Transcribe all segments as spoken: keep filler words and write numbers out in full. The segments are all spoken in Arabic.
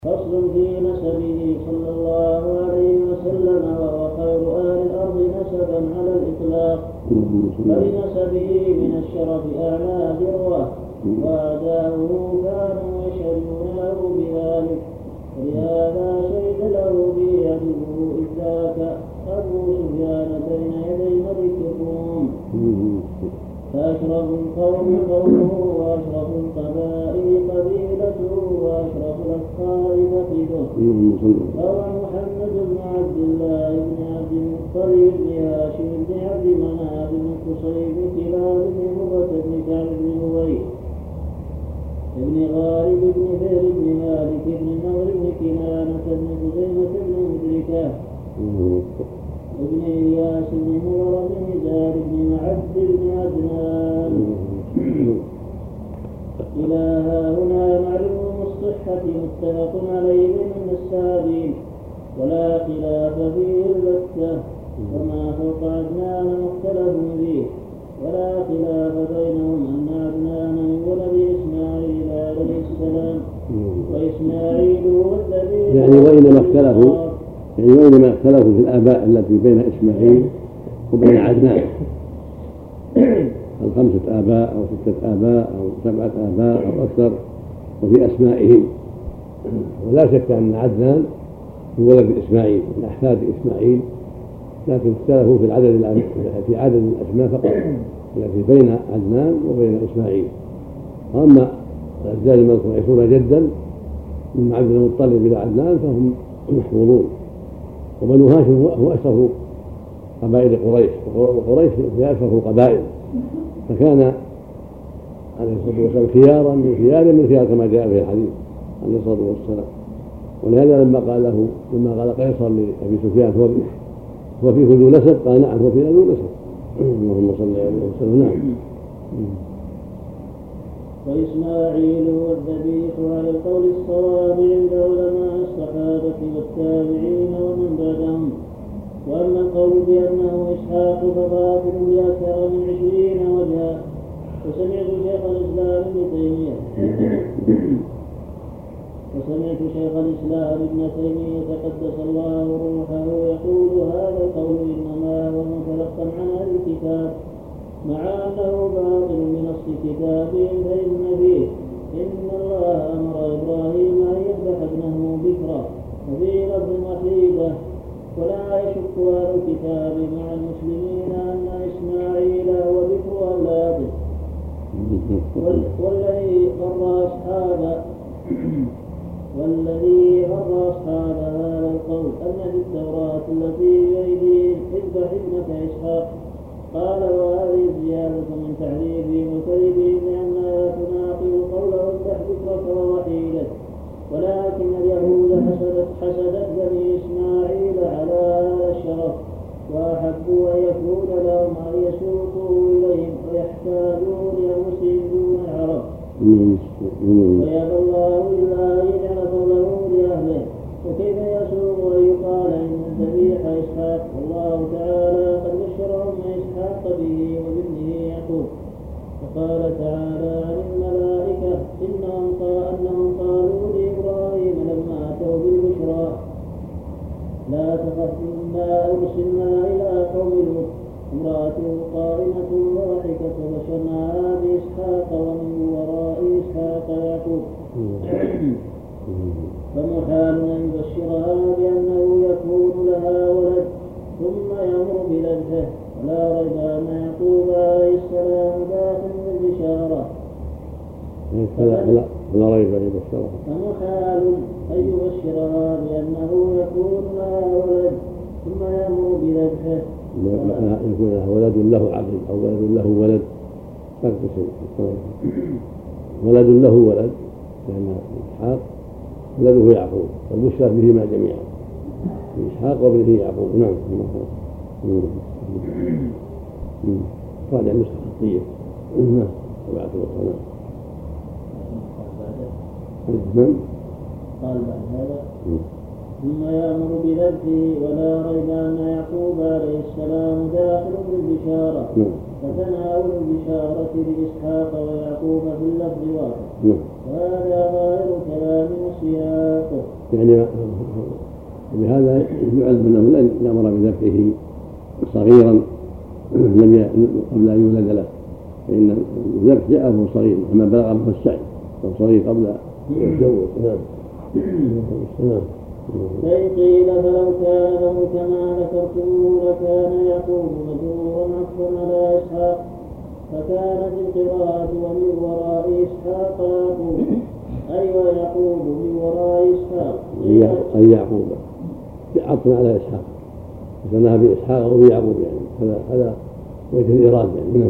فصل في نسبه صلى الله عليه وسلم وهو خير أهل الأرض نسبا على الإطلاق، فلنسبه من الشرف أعلى ذروة، وأعداؤه كانوا يشهدون له بذلك، ولهذا شهد له به عدوه إذ ذاك أبو سفيان بين يدي ملك الروم. فأشرف القوم قومه، وأشرف القبائل قبيلته، وأشرف الأفكار فقده، وهو محمد بن عبد الله بن عبد المطلب بن هاشم بن عبد مناف بن قصي بن كلاب بن مرة بن كعب بن لؤي بن غالب بن فهر بن مالك بن النضر بن كنانة بن خزيمة بن مدركة ابن إلياس بن مضر بن هزار بن معد بن عدنان. إلى ها هنا معلوم الصحة متفق عليه من السابين، ولا خلاف فيه البتة، وما فوق عدنان مختلف فيه، ولا خلاف بينهم أن عدنان من ولد إسماعيل عليه السلام، وإسماعيل هو الذي يعني وإنما اختلفوا يعني وإنما اختلفوا في الآباء التي بين إسماعيل وبين عدنان، الخمسة آباء أو ستة آباء أو سبعة آباء أو أكثر، وفي أسمائهم. ولا شك أن عدنان هو ولد إسماعيل من أحفاد إسماعيل، لكن اختلفوا في العدد في عدد الأسماء فقط التي بين عدنان وبين إسماعيل. وأما الأجداد المذكورون جدا من عبد المطلب إلى عدنان فهم محفوظون. وبنو هاشم هو أشرف قبائل قريش، وقريش هي أشرف القبائل، فكان عليه الصلاة والسلام خيارا من خيار من خيار كما جاء في الحديث عليه الصلاة والسلام. ولهذا لما قال له لما قال قيصر لأبي سفيان هو هو فيه ذو نسب، قال نعم هو فيه ذو نسب. اللهم صل عليه وسلم. نعم. وإسماعيل هو الذبيح على القول الصواب عند علماء الصحابة والتابعين ومن بعدهم. وأما القول بأنه إسحاق فباطل بأكثر من عشرين وجها. وسمعت شيخ الإسلام ابن تيمية وسمعت شيخ الإسلام ابن تيمية قدس الله روحه يقول هذا القول إنما هو متلقى عن أهل الكتاب، مع أنه باطل بنص كتابهم، فإن فيه إن الله أمر إبراهيم أن يذبح ابنه بكرا، وفي لفظ وحيدة. ولا يشك أهل الكتاب مع المسلمين أن إسماعيل هو بكر أولاده. والذي غر أصحاب والذي غر أصحاب هذا القول أن في التوراة التي بأيديهم اذبح ابنك إسحاق. قال وهذه زيادة من تعذيبهم وكذبهم لأنها تناقض قوله اذبح بكرك ووحيدك. ولكن اليهود حسدت حسدت بني إسماعيل على هذا الشرف، وأحبوا أن يكون لهم أن يسوقوا إليهم ويحتاجون لأنفسهم دون العرب، ويأبى الله إلا أن يجعل قوله لأهله. وكيف يسوق أن يقال إن الذبيح إسحاق، والله تعالى قد بشرهم إسحاق به وبابنه يعقوب. وقال تعالى عن الملائكة إنهم أنهم قالوا لإبراهيم لما أتوا بالبشرى لا تخف إنا أرسلنا إلى قوم لوط امرأته قائمة ضاحكة فبشرناها بإسحاق ومن وراء إسحاق يعقوب. فمحال أن يبشرها بأنه يكون لها ولد ثم يمر بذبحه، ولا ريب أن يعقوب عليه السلام داخل بالبشارة. لا ريب أن يبشرها. فمحال أن يبشرها بأنه يكون لها ولد ثم يمر بذبحه، يكون لها ولد له عقل أو ولد له ولد فرق شيء. ولد له ولد لأن إسحاق ولده يعقوب، والبشرى بهما جميعا إسحاق وابنه يعقوب. نعم. راجع نسخة خطية. نعم. سبعة وصنع. قال بعد هذا ثم يأمر بذبحه، ولا ريب أن يعقوب عليه السلام داخل بالبشارة، فتناول البشارة بإسحاق ويعقوب في اللفظ واحد. وهذا ظاهر كلام سياقه. يعني بهذا يعلم أنه لن يأمر بذبحه صغيرا لم قبل أن يولد له، فإن الذبح جاء وهو صغير أما بلغ منه السعي وهو صغير قبل أن يتزوج. نعم. فإن قيل فلو كان له كما ذكرتم لكان يعقوب مجرورا عطفا على إسحاق، فكانت القراءة ومن وراء إسحاق يعقوب، أي ويعقوب من وراء إسحاق أي يعقوب عطفا على إسحاق، فسماها بإسحاق أو بيعقوب، يعني هذا هذا وجه الإيراد يعني.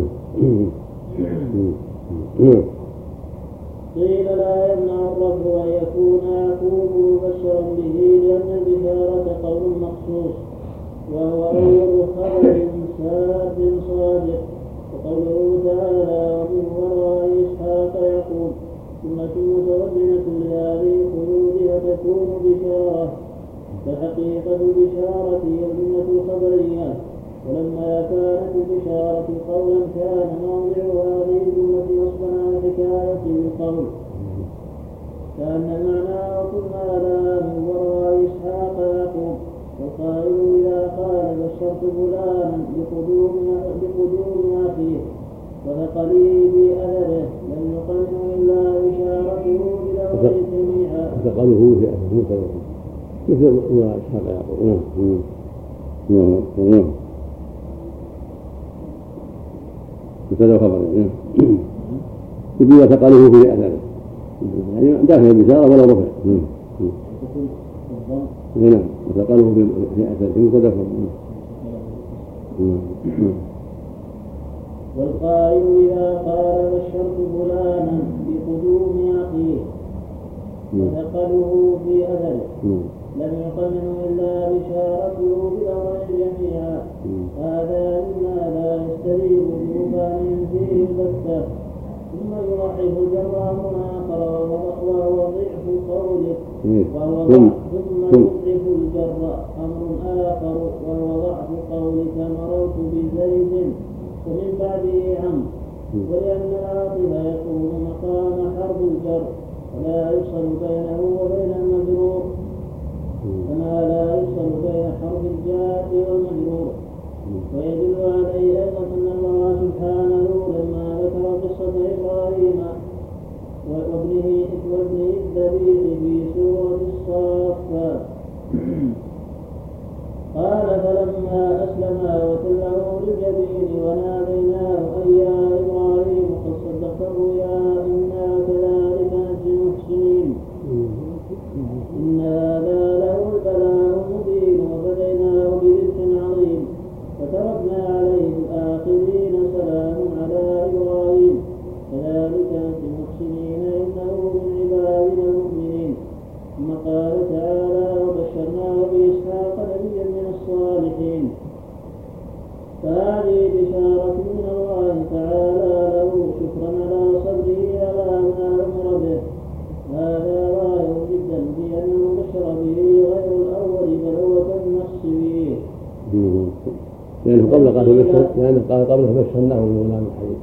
نعم. قيل لا يمنع الرب أن يكون يعقوب مبشرا به لأن البشارة قول مخصوص وهو أول خبر ساد صادق، وقوله تعالى ومن وراء إسحاق يعقوب سنة متوزنة لهذه الخلود وتكون بشارة، فحقيقة البشارة هي الجملة الخبرية، ولما كانت البشارة قولا كان موضع هذه الجملة نصبا على الحكاية بالقول، كأن المعنى وقلنا لا من وراء إسحاق يعقوب، والقائل إذا قال بشرت فلانا بقدوم أخيه وثقلي بأثره لم يقنه إلا بشارته بلوحه جميعا. وثقله في أثره مثل وراء إسحاق يعقوب. نعم. مثل خبر يبي وثقله في أثره، يعني داخل البشارة ولا رفع. نعم. وثقله في أثره متدفر. والقائل إذا قال بشرت فلانا بقدوم أخيه وثقله في أثره لم يقنن إلا بشارته بدوره جميعا، هذا مما لا يستريب بمكان فيه البتة، ثم يضعف الجر آخر وهو ضعف قوله، وهو ثم يضعف الجر أمر آخر وهو ضعف قولك مررت بزيد ومن بعده عم، ولأن العاطف يكون مقام حرف الجر ولا يفصل بينه وبين المجرور كما لا يفصل بين حرف الجار والمجرور. ويدل عليه أيضا أن الله سبحانه لما ذكر قصة إبراهيم وابنه وابنه الذبيح في سورة الصافات قال فلما أسلما وتله للجبين وناديناه أن يا إبراهيم قد صدقت الرؤيا إنا كذلك نجزي المحسنين إن هذا له البلاء المبين وفديناه بذبح عظيم وتركنا عليه في الآخرين سلام على إبراهيم كذلك نجزي المحسنين إنه من عبادنا المؤمنين. ثم قال تعالى وبشرناه بإسحاق نبيا من الصالحين، فهذه بشارة من الله تعالى له شكرا على صبره على ما أمر به. هذا ظاهر جدا في أن المبشر به غير الأول بل هو كالنص به، لأنه قبل قال بشر لأنه قال قبله بشرناه بغلام حليم،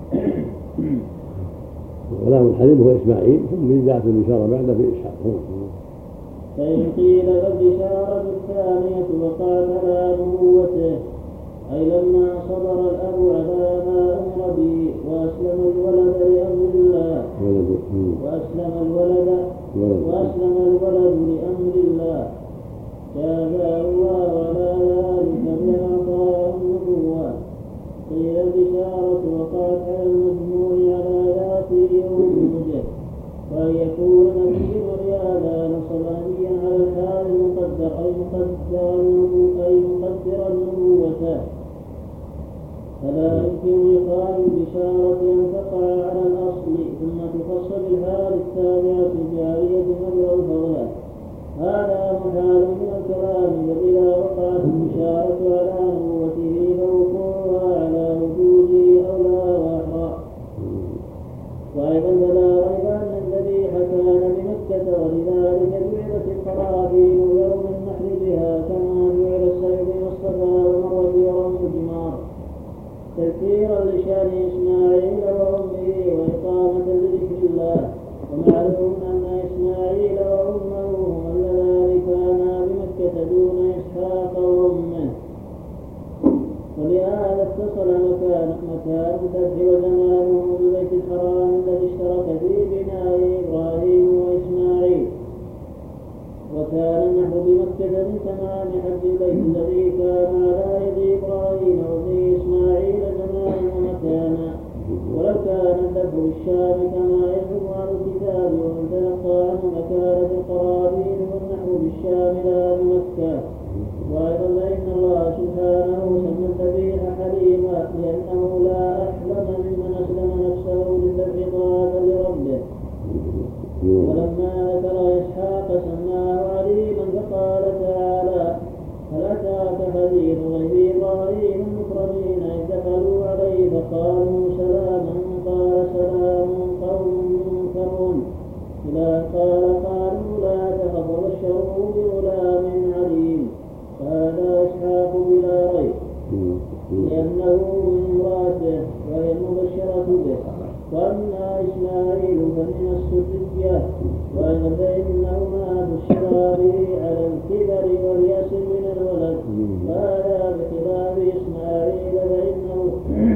غلام الحليم هو إسماعيل ثم جاءت البشارة بعد في إسحاق. فإن قيل فالبشارة الثانية وقعت على نبوته، أي لما صبر الأب على ما أمر به وأسلم الولد لأمر الله وأسلم الولد وأسلم الولد لأمر الله جازاه الله على ذلك بأعطاه النبوة. قيل البشارة وقعت على المجموع على ذاته ووجوده، وأن يكون نبي ولهذا نصب نبيا على الحال المقدر أي مقدر أي مقدر النبوة، فلا يمكن يقال البشارة أن تقع على الأصل ثم تخص بالحال التابعة بجارية مجرى الفضل، هذا محال من الكلام، وإذا وقعت البشارة على نبوته فوقوعها على وجوده أولى وأحرى. وأيضا فلا ريب أن الذبيح كان بمكة ولذلك جعلت القرابين يوم النحر بها كما جعل السيد والصفا والمروة ورمي الجمار تذكيرا لشان إسماعيل وأمه وإقامة لذكر الله. ومعلوم أن مكان الفتح وزمانه بالبيت الحرام الذي اشترك في بناء إبراهيم وإسماعيل. وكان النحر بمكة من تمام حج البيت الذي كان على يد إبراهيم وابنه إسماعيل زمانا ومكانا. ولو كان الذبح بالشام كما يزعم أهل الكتاب ومن تلقى عنه مكانة القرابين والنحر بالشام لا بمكة. وأيضا فإن الله سبحانه سمى الذبيح حليما لأنه لا أحلم ممن أسلم نفسه للذبح طاعة لربه. ولما ذكر إسحاق سماه عليما فقال تعالى: هل أتاك حديث ضيف إبراهيم المكرمين إذ دخلوا عليه فقالوا سلاما قال سلام قوم منكرون إلى قال قالوا لا تخف وبشروه بغلام عليم. فهذا إسحاق بلا ريب لأنه من امرأته وهي المبشرة به. وأما إسماعيل فمن السرية وأيضا فإنهما بشرا به على الكبر واليأس من الولد. وهذا بخلاف إسماعيل فإنه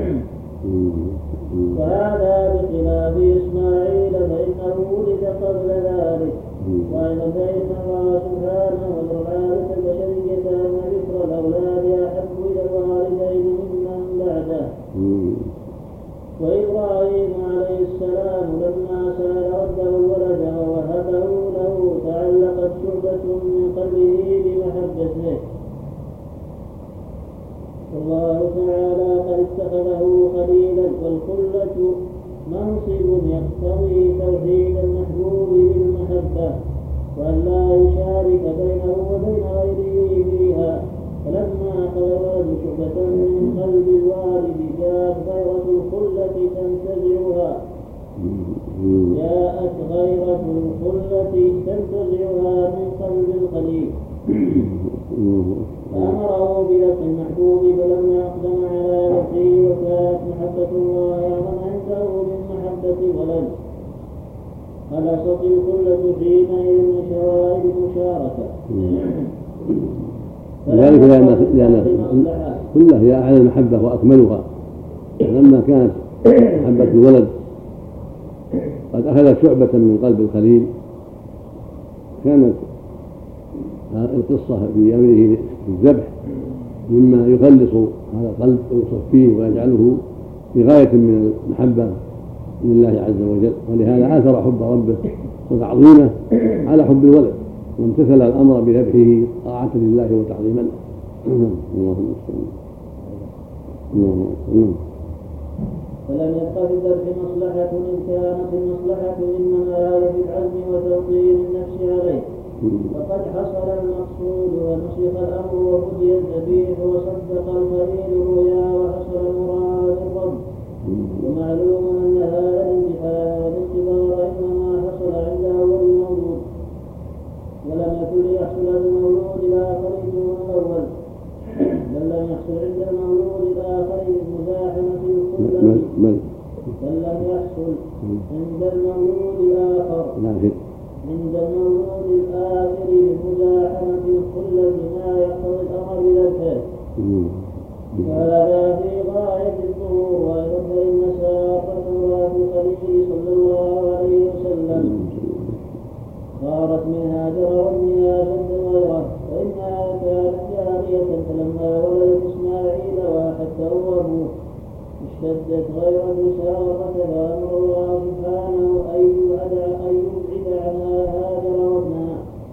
وهذا بخلاف إسماعيل فإنه ولد قبل ذلك. وأيضا فإن الله سبحانه وتعالى البشرية أن ذكر الأولاد أحب إلى الوالدين ممن بعده. وإبراهيم عليه السلام لما سأل ربه الولد ووهبه له تعلقت شعبة من قلبه بمحبته. والله تعالى قد اتخذه خليلا والخلة منصب يقتضي توحيد المحبوب بالمحبة وأن لا يشارك بينه وبين غيره فيها. فلما قال الولد شعبة من قلب الوالد جاءت غيرة الخلة تنتزعها جاءت غيرة الخلة تنتزعها من قلب الخليل. فأمره بذبح المحبوب فلما أقدم على ذبحه وكانت محبة الله أعظم عنده من محبة الولد خلصت الخلة حينئذ من شوائب المشاركة. ذلك لأن لأن كلها هي أعلى المحبة وأكملها. لما كانت محبة الولد قد أخذت شعبة من قلب الخليل كانت القصة في أمره بالذبح مما يخلص هذا القلب ويصفيه ويجعله في غاية من المحبة لله عز وجل. ولهذا آثر حب ربه وتعظيمه على حب الولد وامتثل الأمر بذبحه طاعة لله وتعظيما له. اللهم صل. فلم يبق في الذبح مصلحة إن كانت المصلحة إنما هي في العزم وتوطين النفس عليه. وقد حصل المقصود ونصح الأمر وهدي الذبيح وصدق الخليل الرؤيا وحصل مراد الرب. ومعلوم أن هذا الامتحان والاختبار إنما حصل عند أول المولود ولم يكن ليحصل المولود الآخر دون الأول بل لم يحصل عند المولود الآخر مزاحمة الخلة بل لم يحصل عند المولود الآخر عند المولود الآخر بمزاحمة الخلة ما يقتضي الأمر بذبحه. وهذا في غاية الظهور. وأيضا فإن سارة امرأة الخليل صلى الله عليه وسلم صارت من هاجر وابنها جد غيره فإنها كانت جارية فلما ولدت إسماعيل وحتى أبوه اشتدت غيرة سارة فأمر الله سبحانه أن يبعد عنها هاجر وابنها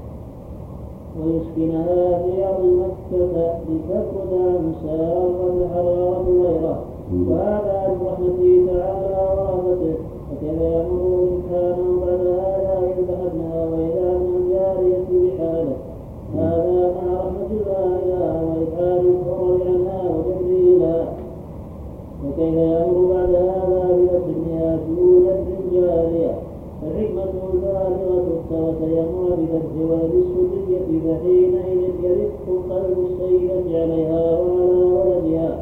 ويسكنها في أرض مكة لتأخذ عن سارة حرارة غيره. وهذا من رحمته تعالى ورحمته. فكيف يأمر سبحانه بعد هذا يذبحنها ويجعلن الجارية بحاله. هذا مع رحمة الله وإبعاد الضرر عنها وجبره لها. وكيف يأمر بعد هذا بذبح ابنها دون الجارية. فالحكمة البالغة اقتضت يأمر بذبح ولد السرية فحينئذ يرق قلب السيدة عليها وعلى ولدها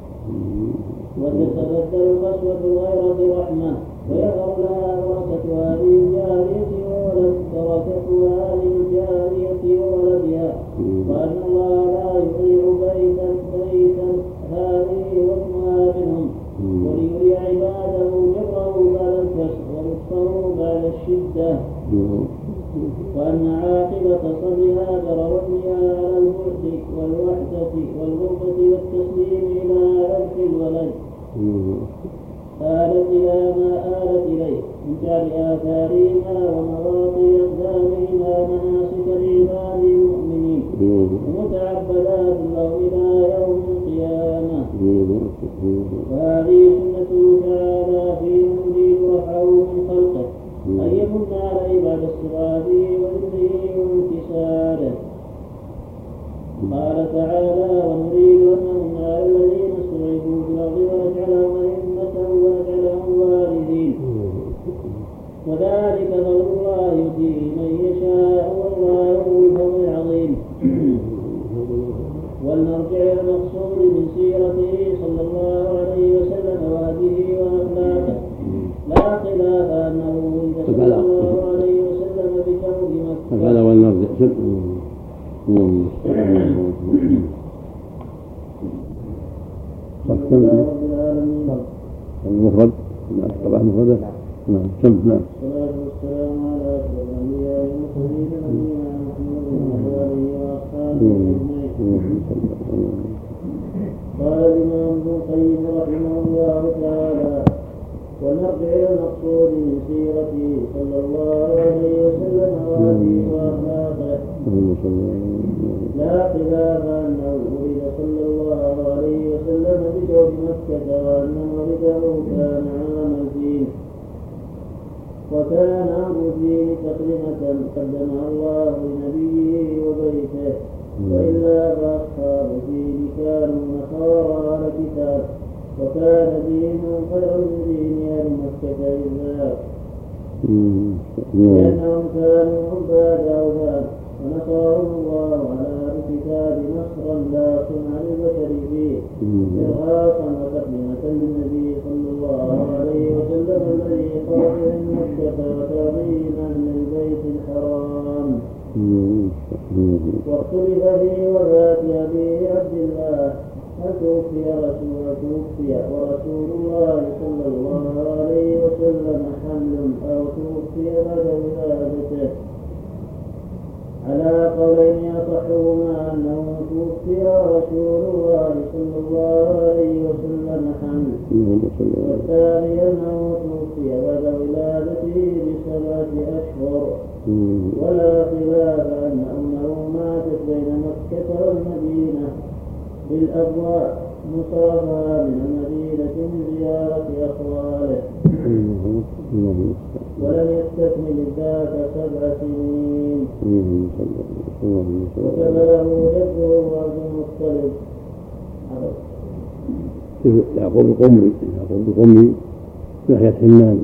وتتبدل القسوة الغيرة رحمة ويظهر لها بركة هذه الجارية وولد بركتها للجارية وولدها. وأن الله لا يضيع بيتا بيتا هذه وابنها منهم عاقبة صبر هاجر وابنها على البعد والوحدة والغربة والتسليم إلى ذبح الولد آلت إلى ما آلت إليه من جعل آثارهما ومواطي أقدامهما مناسك لعباد المؤمنين ومتعبدات له إلى يوم القيامة. وهذه سنته تعالى في من يريد رفعه من خلقه أن يمن عليه بعد استضعافه وذله وانكساره. قال تعالى: ونريد أن نمن على الذين استضعفوا في الأرض ونجعلهم أئمة ونجعلهم وارثين وذلك فضل الله يؤتيه من يشاء والله ذو الفضل العظيم. ولنرجع إلى المقصود من سيرته صلى الله عليه وسلم وهديه وأخلاقه. لا خلاف أنه ولد صلى الله عليه وسلم بكون مكة. فقال ولنرجع المفرد طبعا مفردة. نعم سم نعم. الصلاة والسلام على أشرف الأنبياء والمرسلين نبينا محمد وآله وأصحابه أجمعين. قال الإمام ابن القيم رحمه الله تعالى: ونرجع إلى المقصود من سيرته صلى الله عليه وسلم وهديه وأخلاقه. لا خلاف أنه ولد صلى الله عليه وسلم بجوف مكة وأن ولده كان عام الفيل، وكان أمر الدين تقدمة قدمها الله لنبيه وبيته، وإلا فأصحاب الدين كانوا نصارى على كتاب، وكان دينهم خير من دين أهل مكة إذا لأنهم كانوا عباد أوثان، ونصرهم الله على الكتاب نصرا لا صنع للبشر فيه إرهاقا وتقدمة للنبي صلى الله عليه وسلم الذي خرج من مكة وتعظيما للبيت الحرام. واختلف في وفاة أبي عبد الله هل توفي رسول توفي ورسول الله صلى الله عليه وسلم حمل أو توفي بعد ولادته، على قولين أصحهما أنه توفي رسول الله صلى الله عليه وسلم حمل، والثاني أنه توفي بعد ولادته بسبعة أشهر. ولا خلاف أن أمه ماتت بين مكة والمدينة بالأبواء مصابها من المدينة من زيارة أخواله، ولم يستكمل ذاك سبع سنين. وكمله جده عبد المطلب يعقوب القمي يعقوب القمي يحيى الحنان.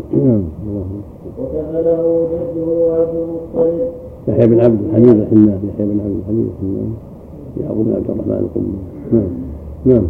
وكمله جده عبد المطلب يحيى بن عبد الحميد الحنان يحيى بن عبد الحميد الحنان يعقوب بن عبد الرحمن القمي. نعم نعم.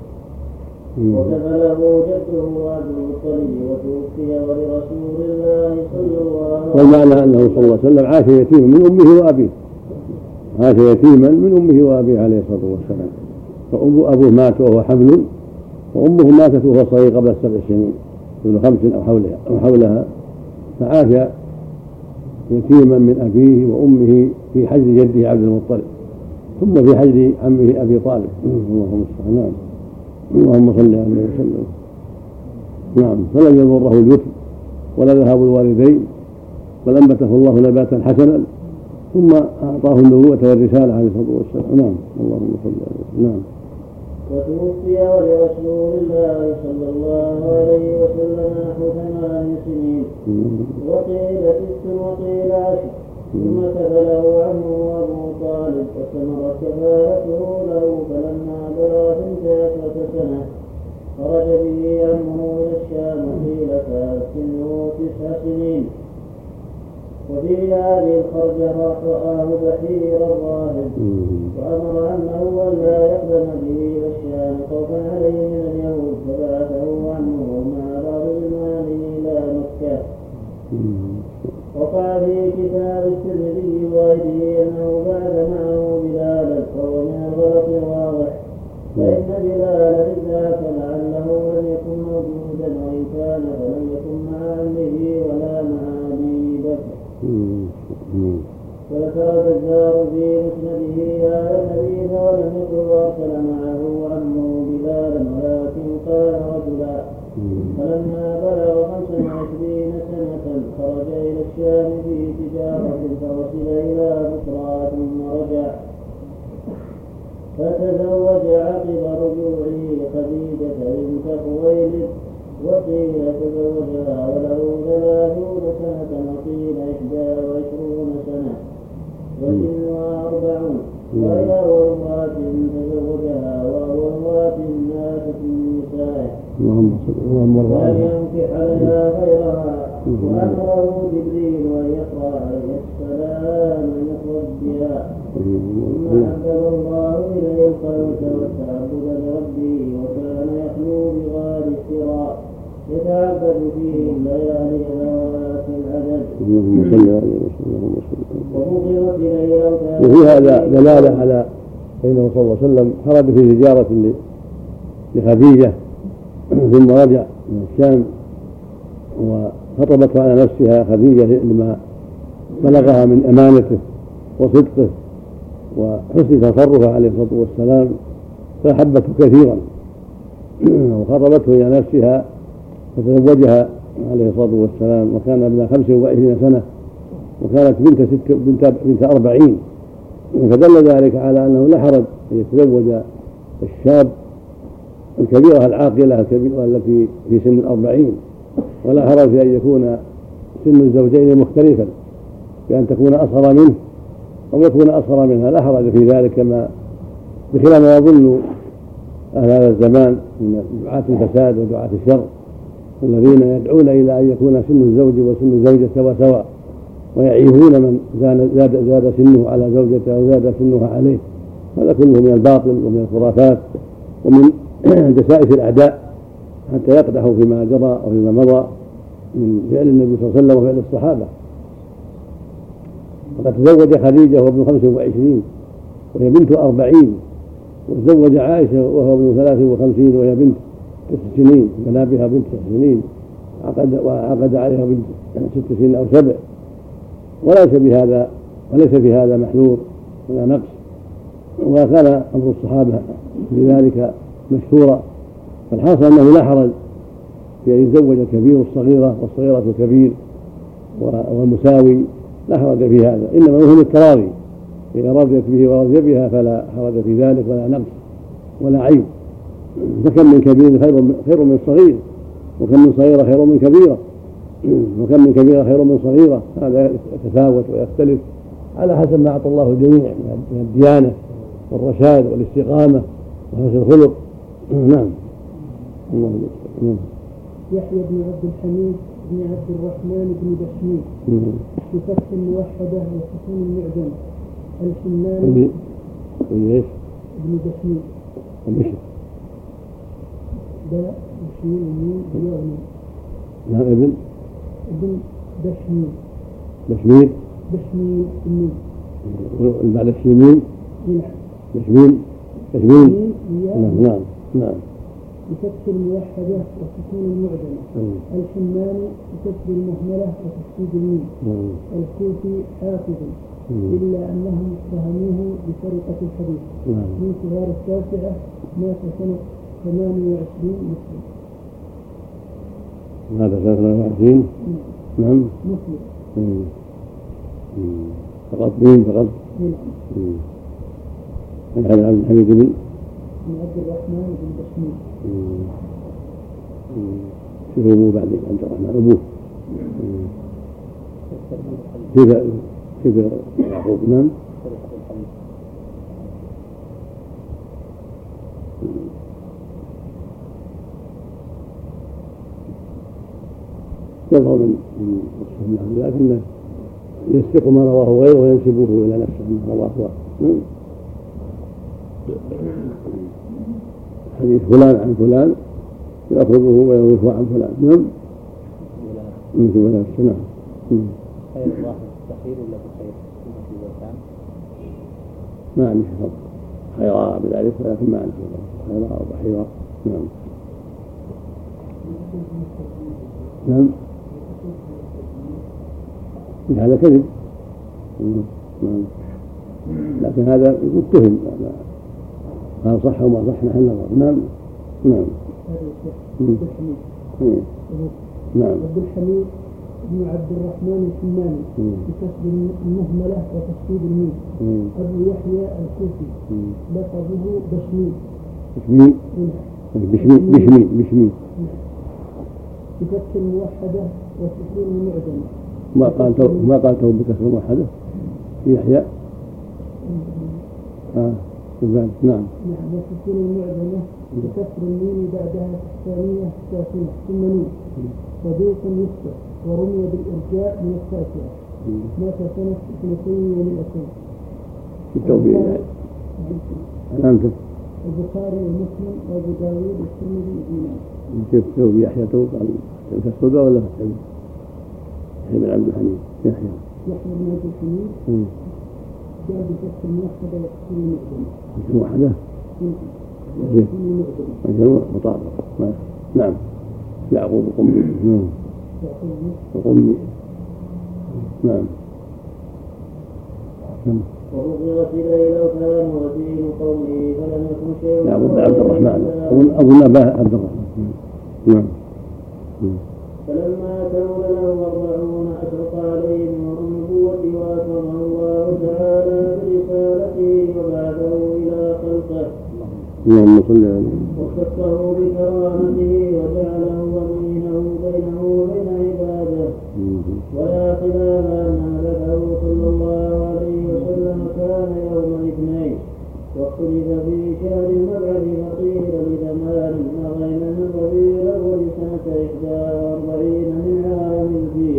وكفله جده عبد المطلب وتوفي ولرسول الله صلى الله عليه وسلم. والمعنى أنه صلى الله عليه وسلم عاش يتيما من أمه وأبيه عاش يتيما من أمه وأبيه عليه الصلاة والسلام، فأبوه مات وهو حمل، وأمه ماتت وهو صغير قبل سبع سنين ابن خمس أو حولها أو حولها فعاش يتيما من أبيه وأمه في حجر جده عبد المطلب، ثم في حجر عمه أبي طالب. اللهم صل نعم اللهم صل عليه وسلم. نعم. فلم يضره اليتم ولا ذهاب الوالدين، بل أنبته الله نباتا حسنا ثم أعطاه النبوة والرسالة عليه الصلاة والسلام. نعم. اللهم صل عليه. نعم. وتوفي ولرسول الله صلى الله عليه وسلم نحو ثمان سنين، وقيل تسع وقيل عشر، ثم كفله عمه أبو طالب واستمرت كفالته له، فلما بلغ اثنتي عشرة سنة خرج به عمه إلى الشام، قيل كانت سنه تسع سنين. وفي هذه الخرجة رآه بحير الراهب وأمر عمه ألا يقدم به إلى الشام خوفا عليه من اليهود، فبعثه عمه مع بعض زمانه إلى مكة. وقع في كتاب الترمذي وغيره أنه بعث معه بلالا، وهو من الغلط الواضح، فإن بلالا ذاك لعله لم يكن موجودا، وإن كان فلم يكن مع عمه ولا مع أبي بكر. وذكر البزار في مسنده هذا الحديث ولم يقل وارسل معه عمه بلالا ولكن قال رجلا. فلما بلغ خمسا وعشرين سنة خرج إلى الشام في تجارة فوصل إلى بصرى ثم رجع فتزوج عقب رجوعه خديجة بنت خويلد، وقيل تزوجها وله ثلاثون سنة وقيل إحدى وعشرون سنة وسنها أربعون، وإلى امرأة تزوجها وهو امرأة ماتت من نسائه فلينكح عليها غيرها، وأمره جبريل أن يقرأ عليه السلام أن يخرج بها، ثم حبب الله إليه الخلوة والتعبد لربه، وكان يخلو بغار السراء يتعبد فيه الليالي ذوات العدد. وفقرت إليه أوتاد. وفي هذا دلالة على أنه صلى الله عليه وسلم خرج في تجارة لخديجة ثم رجع من الشام، وخطبته على نفسها خديجة لما بلغها من أمانته وصدقه وحسن تصرفه عليه الصلاة والسلام، فأحبته كثيرا وخطبته إلى نفسها فتزوجها عليه الصلاة والسلام، وكان ابن خمس وعشرين سنة وكانت بنت ست بنت, بنت أربعين، فدل ذلك على أنه لا حرج أن يتزوج الشاب الكبيرة العاقلة الكبيرة التي في سن الأربعين، ولا حرج في أن يكون سن الزوجين مختلفا بأن تكون أصغر منه أو يكون أصغر منها، لا حرج في ذلك، كما بخلاف ما يظن أهل هذا الزمان من دعاة الفساد ودعاة الشر الذين يدعون إلى أن يكون سن الزوج وسن الزوجة سوا سوا، ويعيبون من زاد, زاد سنه على زوجته أو زاد سنها عليه. هذا كله من الباطل ومن الخرافات ومن دسائس الأعداء حتى يقدحوا فيما جرى أو فيما مضى من فعل النبي صلى الله عليه وسلم وفعل الصحابة. وقد تزوج خديجة وهو ابن خمس وعشرين وهي بنت أربعين، وتزوج عائشة وهو ابن ثلاث وخمسين وهي بنت تسع سنين، بنى بها بنت تسع سنين عقد وعقد عليها بنت ست سنين أو سبع، وليس بهذا وليس في هذا محذور ولا نقص، وكان أمر الصحابة بذلك مشهورا. فالحاصل أنه لا حرج في أن يتزوج الكبير الصغيرة والصغيرة الكبير والمساوي، لا حرج في هذا، إنما يهم التراضي، إذا رضيت به ورضي بها فلا حرج في ذلك ولا نقص ولا عيب. فكم من كبير خير من صغير، وكم من صغيرة خير من كبيرة، وكم من كبيرة خير من صغيرة، هذا يتفاوت ويختلف على حسب ما أعطى الله الجميع من الديانة والرشاد والاستقامة وحسن الخلق. نعم. نعم. يحيى بن عبد الحميد بن عبد الرحمن بن بشميل بفتح الموحدة وسكون المعجم الحماني بن بشميل ده بشميل ومين بيغني. نعم. ابن ابن بشميل بشميل بشميل النين بعد الشميل بشميل بشميل نعم نعم نعم بفتح الموحدة وسكون المعجمة الحماني بكسر المهملة وتشديد الميم الكوفي حافظ إلا أنهم اتهموه بسرقة الحديث من صغار التاسعة مات سنة ثمانية وعشرين مسلم. هذا ثلاثة وعشرين نعم مسلم فقط مين فقط من هذا عبد الحميد بن من عبد الرحمن بن بشميل. شوفوا أبوه بعدين عبد الرحمن أبوه كيف كيف يعقوب. نعم. يظهر من من لكنه يسبق ما رواه غيره وينسبه إلى نفسه ما رواه هو. حديث فلان عن فلان يأخذه ويرويه عن فلان. نعم. من فلان نعم. خير الله الصغير ولا بخير في الوسام؟ ما عندي فرق خيراء بذلك، ولكن ما عندي فرق خيراء وبحيراء. نعم. نعم. هذا كذب. نعم. لكن هذا متهم، هذا صح وما صح نحن نظر. نعم نعم. هذا الشيخ عبد الحميد. نعم. عبد الحميد بن عبد الرحمن الحماني بكسب المهملة وتشديد الميم. أبو يحيى الكوفي لقبه بشميل. بشميل بشميل بشميل بشميل بفتح الموحدة وسكون المعجم. ما قالته ما قالته بكسر الموحدة يحيى. آه. نعم نعم. وسكون المعجمة بكسر الميم بعدها الثانية ساكنة ثم نون. صديق يفتح ورمي بالإرجاء من التاسعة. مات سنة اثنتين ومئتين. التوفيق. نعم. البخاري ومسلم وابو داود والترمذي وابن كيف توفي يحيى تو قال في الصدى ولا في الحديث؟ يحيى بن عبد الحميد. يحيى. يحيى بن عبد الحميد. جاء بفتح الموحدة وتسكين المعجمة. الموحدة. وتسكين المعجمة. مطابق. نعم. يعقوب القمي. نعم. يعقوب القمي. نعم. وأغرت الليل وكان وزير قومه فلم يكن شيء. يعقوب بن عبد الرحمن. أظن أباه عبد الرحمن. نعم. فلما كمل له أربعون أشرق عليه نور النبوة وأكرمه الله تعالى برسالته وبعثه إلى خلقه. اللهم صل عليه. واختصه بكرامته وجعله أمينه بينه وبين عباده. ولا خلاف أن ملكه صلى الله عليه وسلم كان يوم الاثنين، واختلف في شهر المبعث فقيل لزمان بين من ربيع الأول سنة إحدى وأربعين من عام الفيل.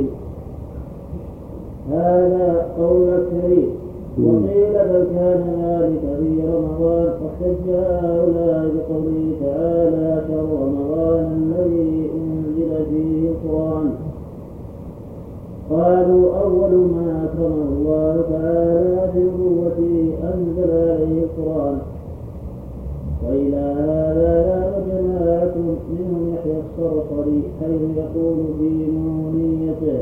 هذا قول الكريم. وقيل بل كان ذلك في رمضان، واحتج هؤلاء بقوله تعالى شهر رمضان الذي أنزل فيه القرآن. قالوا أول ما أكرمه الله تعالى في نبوته أنزل عليه القرآن. وإلى هذا ذهب جماعة منهم يحيى الصرصري حيث يقول في نونيته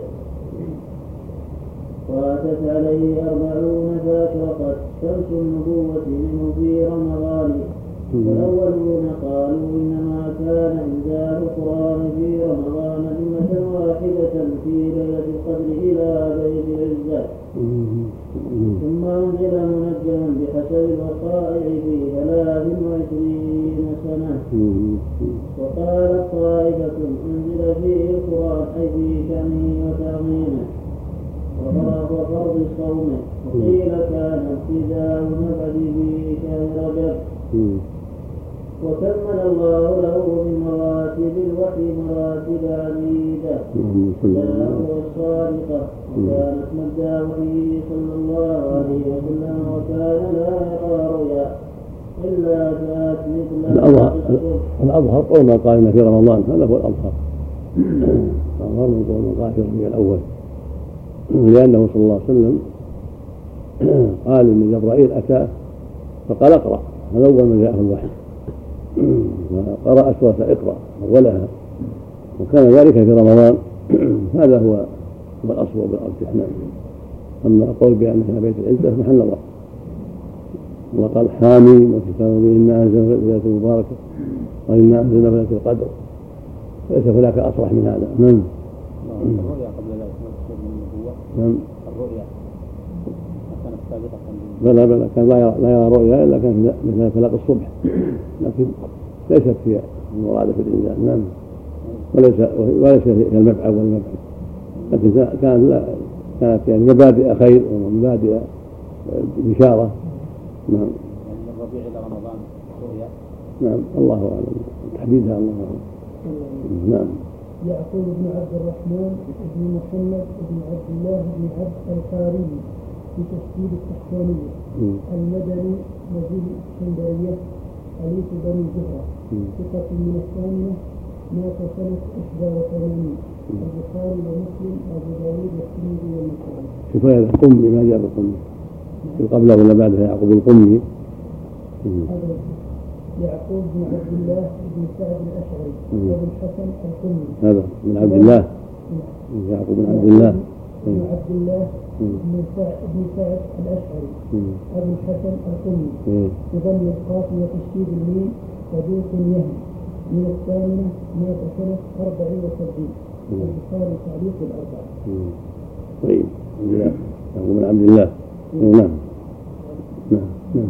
واتت عليه أربعون فأشرقت شمس النبوة منه في رمضان. والأولون قالوا إنما كان إنزال القرآن في رمضان جملة واحدة في ليلة القدر إلى بيت العزة، ثم أنزل منجما بحسب الوقائع في ثلاث وعشرين سنة. وقالت طائفة أنزل فيه القرآن أي في شأنه وتعظيمه وفرض الصوم. وقيل كان ابتداء المبعث في شهر رجب. وكمل الله له من مراتب الوحي مراتب عديدة لا هو الصادقة. وكانت مبدأ وحيه صلى الله عليه وسلم وكان لا يرى رؤيا إلا جاءت مثل الأظهر قول ما قال في رمضان، هذا هو الأظهر. الأظهر من قول ما قال في رمضان الأول، لأنه صلى الله عليه وسلم قال إن جبرائيل أتاه فقال اقرأ، هذا أول ما جاءه الوحي، فقرأ سورة اقرأ أولها، وكان ذلك في رمضان. هذا هو هو الأصل بالارجح. نعم. أما قول بأنها بيت العزة محل نظر. الله قال حاميم وكتاب إنا أنزلنا في ليلة مباركة وإنا أنزلنا في ليلة القدر، ليس هناك أصرح من هذا. نعم. الرؤيا قبل لا يكون من النبوة. نعم. الرؤيا كانت سابقة. بلى بلى كان لا يرى رؤيا إلا كان مثل فلق الصبح، لكن ليست هي المراد في الإنزال. نعم. وليس وليس هي المبعث والمبعث، لكن كان لا كانت يعني مبادئ خير ومبادئ بشارة. نعم. يعني من ربيع إلى رمضان رؤيا. نعم. الله أعلم تحديدها. الله أعلم. نعم. يعقوب بن عبد الرحمن بن محمد بن عبد الله بن عبد القاري بتشديد التحتانية المدني نزيل الإسكندرية أليف بني زهرة ثقة من الثامنة مات سنة إحدى وثمانين. البخاري ومسلم وأبو داود والترمذي والنسائي. شوف هذا القمي ما جاء بالقمي قبله ولا بعدها يعقوب القمي. يعقوب بن عبد الله بن سعد الأشعري أبو الحسن القمي. هذا من عبد الله. يعقوب بن عبد الله بن عبد الله بن سعد الأشعري أبو الحسن القمي بضم القاف وتشديد الميم صدوق يهم من الثامنة مات سنة أربع وسبعين. البخاري تعليق الأربعة. طيب من عبد الله. نعم نعم نعم.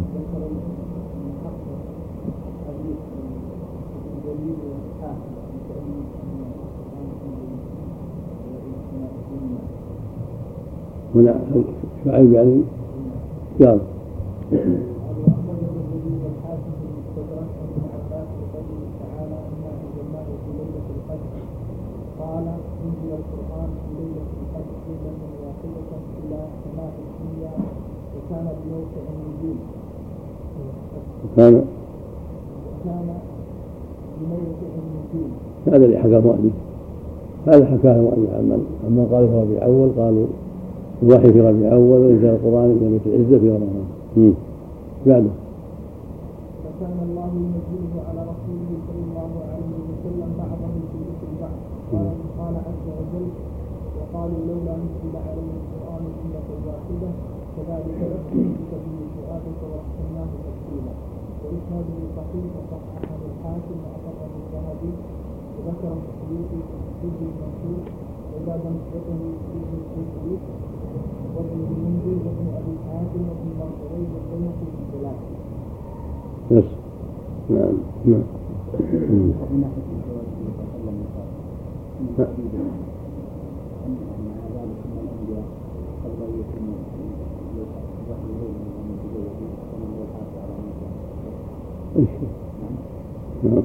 هنا شعيب يعني قال قال انزل القرآن في ليلة القدر ليلة واحدة إلى سماء الدنيا وكان بموقع النجوم وكان وكان بموقع النجوم. هذا اللي حكى مؤلف هذا حكاه مؤلف عمن عمن قال في ربيع أول قالوا الوحي في ربيع أول وإنزال القرآن من بيت العزة في رمضان. بعده فكان الله ينزله على رسوله صلى الله عليه وسلم بعضه في ذكر بعض. قال قال عز وجل وقالوا لولا نزل عليه القرآن جملة واحدة كذلك نثبت به فؤادك ورتلناه تفصيلا. وإسناده صحيح وصححه الحاكم وأقره الذهبي وذكر السيوطي في الحج المنصور وزاد نسبته في الحج وابن المنذر وابن أبي حاتم وابن مرضوي والبيهقي في الجلال. بس نعم نعم. من ناحية الزواج صلى الله عليه وسلم مع ذلك من الأنبياء قبل أن يكونوا الوحي إليهم أن يتزوجوا كما هو الحاصل على النبي. نعم.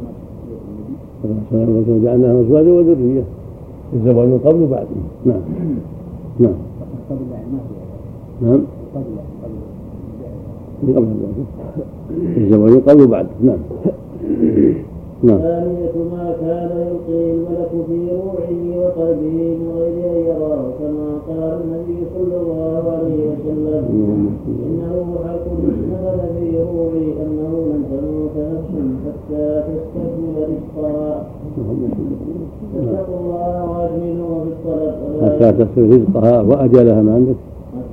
نعم. وجعلناهم أزواجا وذرية الزواج من قبل وبعد. نعم نعم. قبل يعني ما في. نعم. قبل قبل. من قبل ذلك الزواج قبل وبعد. نعم نعم. ثانية ما كان يلقي الملك في روعه وقلبه من غير أن يراه كما قال النبي صلى الله عليه وسلم إنه حق نزل في روعي أنه لن تموت نفس حتى تستكمل رزقها فاتقوا الله واجملوا في الطلب حتى تستكمل رزقها وأجلها. ما عندك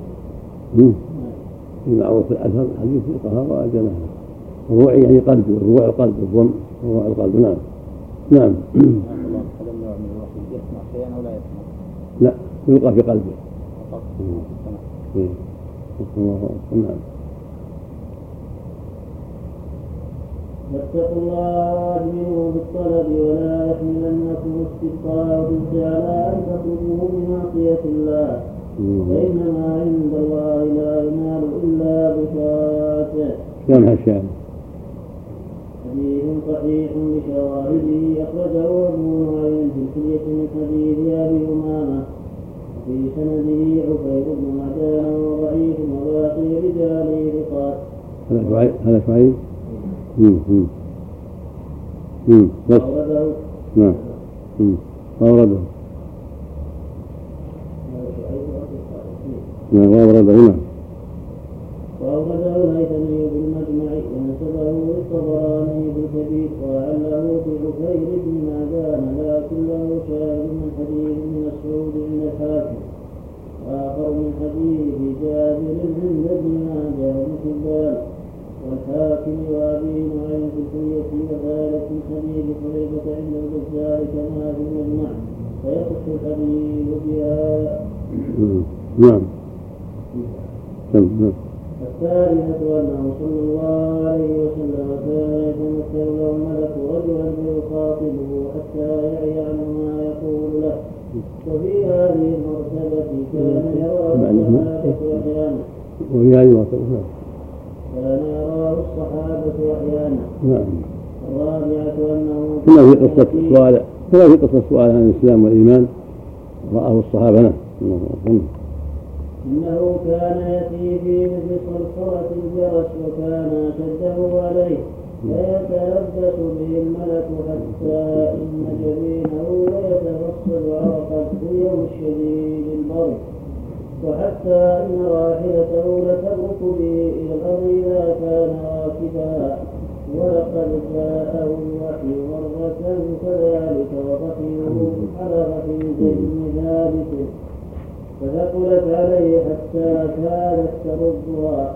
في معروف الأثر حديث رزقها وأجلها. الروعي يعني قلبي والروع القلب الضم روع القلب. نعم نعم. هذا النوع من الوحي يسمع شيئا أو لا يسمع؟ لا يلقى في قلبه فقط. نعم. فاتقوا الله واجملوا بالطلب ولا يحملنكم استبقاء الرزق على أن تطلبوه بمعصية الله فإنما عند الله لا ينال إلا بطاعته. كم هالشأن؟ حديث صحيح بشواهده أخرجه ابن معين في الحلية من حديث أبي أمامة في سنده عفير بن عدان وضعيف وباقي رجاله ثقات. هذا شعيب هذا شعيب. امم امم بس نعم امم أورده نعم أورده نعم. وأورده الهيثمي بالمجمع ونسبه للطبراني بالكبير وعله في عفير بن عدان لكن له شاهد من حديث ابن مسعود عند الحاكم وآخر من حديث جابر عند ابن ماجه بن حبان والحاكم وأبي نعيم في الحلية وذلك من حديث حبيبة عند البزار كما في المجمع فيصح الحديث بها. نعم نعم. الثالثة أنه صلى الله عليه وسلم كان يتمثل له الملك رجلا فيخاطبه حتى يعي ما يقول له وفي هذه المرتبة كان يراه الصحابة أحيانا وفي هذه المرتبة كان يراه الصحابة أحيانا. نعم. الرابعة أنه كما في قصة السؤال كما في قصة السؤال عن الإسلام والإيمان رآه الصحابة. نعم. إنه كان يأتي في مثل صرصرة الجرس وكان أشده عليه فيتلبس به الملك حتى إن جبينه ليتفصل عرقا في اليوم الشديد البرد وحتى إن راحلته لتبرك به إلى الأرض إذا كان راكبا ولقد جاءه الوحي مرة كذلك وبقيه على بقي زيد بن ثابت فثقلت عليه حتى كادت تردها.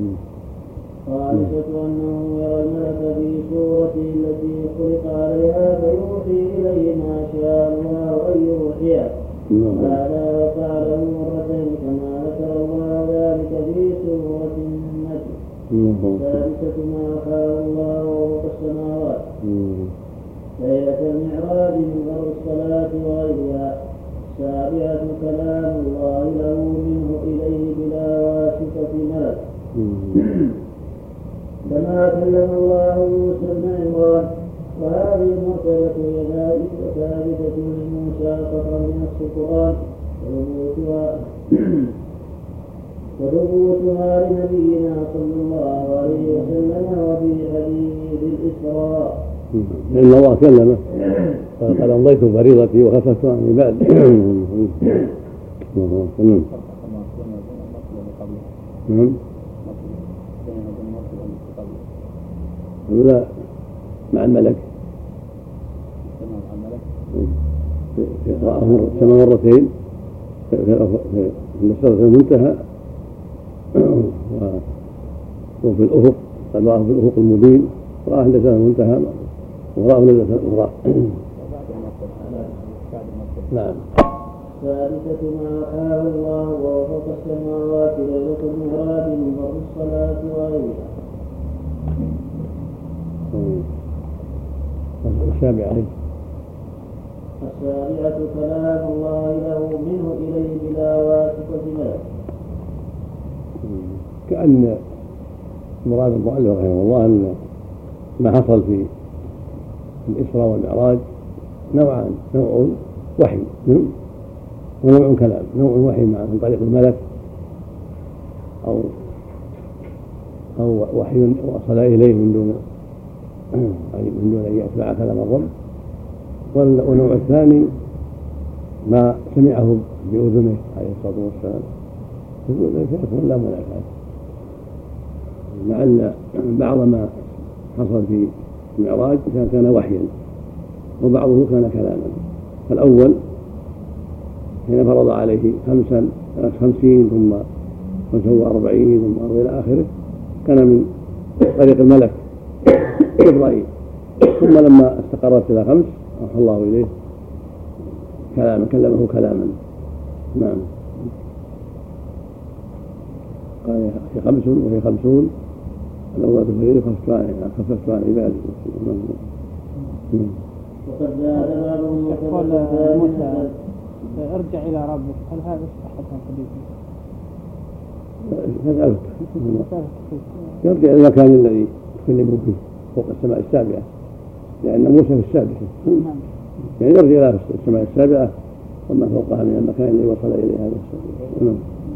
خامسة أنه يرى الملك في صورته التي خلق عليها فيوحي إليه ما شاء الله أن يوحيه. هذا وقع له مرتين كما ذكر الله ذلك في سورة النجم. السادسة ما أوحاه الله وفوق السماوات ليلة المعراج من فرض الصلاة وغيرها. السابعة كلام الله له منه إليه بلا واسطة ملك كما كلم الله موسى بن عمران. وهذه المرتبة هي ذلك ثابتة لموسى قطعا من القرآن وثبوتها لنبينا صلى الله عليه وسلم وفي حديث الإسراء إن الله كلمه قال أمضيت فريضتي وخففت عن عبادي. نعم لا مع الملك سمع مرتين في السورة المنتهى وفي الأفق قد رآه في الأفق المبين ورآه عند سنة المنتهى ورآه عند سنة الأخرى. نعم. الثالثة ما أوحاه الله وفوق السماوات ليلة المعراج من فرض الصلاة وغيرها. السابعة السابعة كلام الله له منه إليه بلا واسطة ملك. كأن مراد المؤلف رحمه الله أن ما حصل في الإسراء والمعراج نوعان، نوع وحي ونوع كلام. نوع وحي من طريق الملك أو أو وحي وصل إليه من دون من دون أن يسمع كلام الرب. والنوع الثاني ما سمعه بأذنه عليه الصلاة والسلام يكون لا منافاة. لعل بعض ما حصل في المعراج كان وحيا وبعضه كان كلاما. فالأول حين فرض عليه خمسا خمسين ثم خمسة وأربعين ثم إلى آخره كان من طريق الملك جبرائيل. ثم لما استقرت إلى خمس أوحى الله إليه كلاما كلمه كلاما. نعم. قال في خمس وهي خمسون الأول تفريد خففت عن عبادي. وقد زاد بعضهم يقول موسى ارجع إلى ربك، هل هذا صحة الحديث؟ فسألت يرجع إلى المكان الذي تكلموا فيه فوق السماء السابعة لأن موسى في السادسة يعني يرجع إلى السماء السابعة وما فوقها من المكان الذي وصل إليه هذا السابع.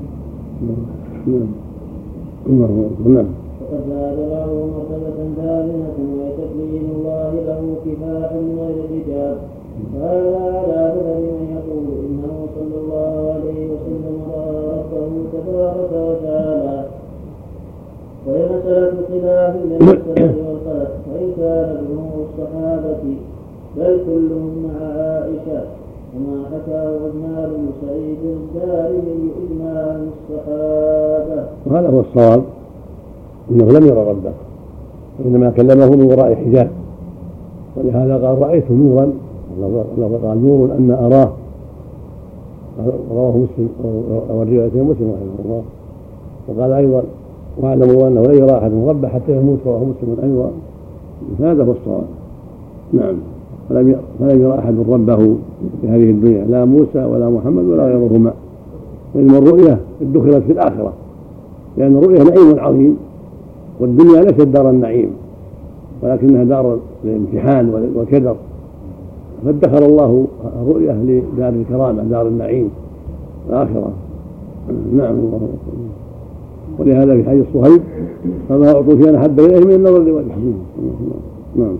نعم. نعم. وقد زاد بعضهم مرتبة ثامنة وهي تكليم الله له كفاحا من غير حجاب. وهذا على مثل من يقول إنه صلى الله عليه وسلم رأى ربه تبارك وتعالى. وهي مسألة خلاف من المسألة والخلف وإن كان جمهور الصحابة بل كلهم مع عائشة وما حكاه عثمان بن سعيد الدارمي إجماع الصحابة. وهذا هو الصواب إنه لم يرى ربه وإنما كلمه من وراء حجاب. ولهذا قال رأيت نورا قال نور أن أراه رواه مسلم والروايتين مسلم رحمه الله. وقال أيضا واعلموا أنه لا يرى أحد ربه حتى يموت رواه مسلم أيضا. هذا هو الصواب. نعم. فلم يرى أحد ربه في هذه الدنيا لا موسى ولا محمد ولا غيرهما. وإنما الرؤية ادخلت في الآخرة لأن الرؤية نعيم عظيم والدنيا ليست دار النعيم ولكنها دار الامتحان والكدر. فادخر الله الرؤية لدار الكرامة دار النعيم الآخرة. نعم. ولهذا في حديث صهيب فما أعطوا شيئا أحب إليه من النظر لوجهه. نعم.